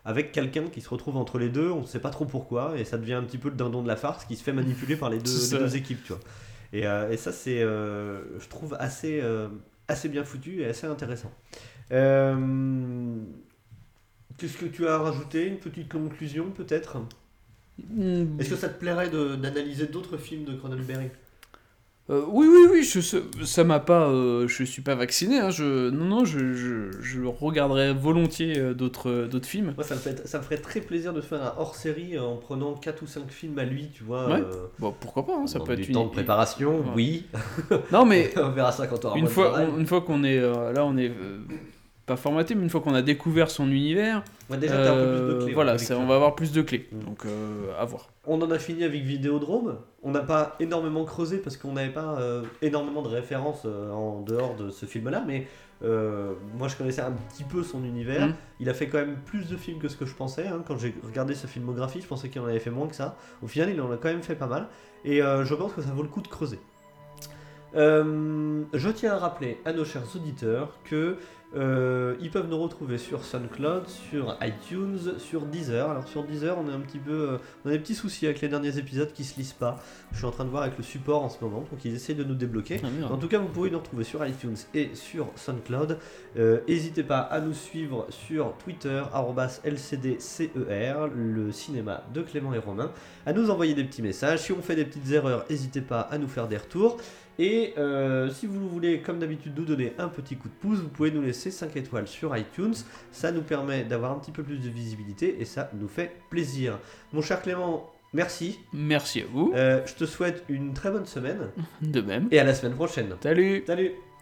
avec quelqu'un qui se retrouve entre les deux, on ne sait pas trop pourquoi, et ça devient un petit peu le dindon de la farce qui se fait manipuler par les deux, les deux équipes, tu vois. Et, euh, et ça, c'est, euh, je trouve, assez, euh, assez bien foutu et assez intéressant. Euh, qu'est-ce que tu as rajouté? Une petite conclusion, peut-être? Mm. Est-ce que ça te plairait de, d'analyser d'autres films de Cronenberg? Euh, oui, oui, oui, je, ça m'a pas. Euh, je suis pas vacciné. Hein, je, non, non, je, je, je regarderai volontiers euh, d'autres, d'autres films. Moi, ça me, fait, ça me ferait très plaisir de faire un hors-série en prenant quatre ou cinq films à lui, tu vois. Ouais. Euh, bon, pourquoi pas, hein, ça peut être du une temps de préparation, ouais. oui. Non, mais. On verra ça quand on aura une fois, on, une fois qu'on est. Euh, là, on est. Euh, pas formaté, mais une fois qu'on a découvert son univers, ouais, déjà, t'as euh, un peu plus de clés. Voilà, ouais, ça, on va avoir plus de clés. Mmh. Donc, euh, à voir. On en a fini avec Vidéodrome. On n'a pas énormément creusé parce qu'on n'avait pas euh, énormément de références euh, en dehors de ce film-là, mais euh, moi je connaissais un petit peu son univers. Mmh. Il a fait quand même plus de films que ce que je pensais. Hein. Quand j'ai regardé sa filmographie, je pensais qu'il en avait fait moins que ça. Au final, il en a quand même fait pas mal. Et euh, je pense que ça vaut le coup de creuser. Euh, je tiens à rappeler à nos chers auditeurs que euh, ils peuvent nous retrouver sur SoundCloud, sur iTunes, sur Deezer. Alors sur Deezer, on a un petit peu, euh, on a des petits soucis avec les derniers épisodes qui se lisent pas. Je suis en train de voir avec le support en ce moment, donc ils essaient de nous débloquer. Ah, en tout cas, vous pouvez nous retrouver sur iTunes et sur SoundCloud. N'hésitez euh, pas à nous suivre sur Twitter arobase L C D C E R, le cinéma de Clément et Romain. À nous envoyer des petits messages. Si on fait des petites erreurs, n'hésitez pas à nous faire des retours. Et euh, si vous voulez, comme d'habitude, nous donner un petit coup de pouce, vous pouvez nous laisser cinq étoiles sur iTunes. Ça nous permet d'avoir un petit peu plus de visibilité et ça nous fait plaisir. Mon cher Clément, merci. Merci à vous. Euh, je te souhaite une très bonne semaine. De même. Et à la semaine prochaine. Salut. Salut.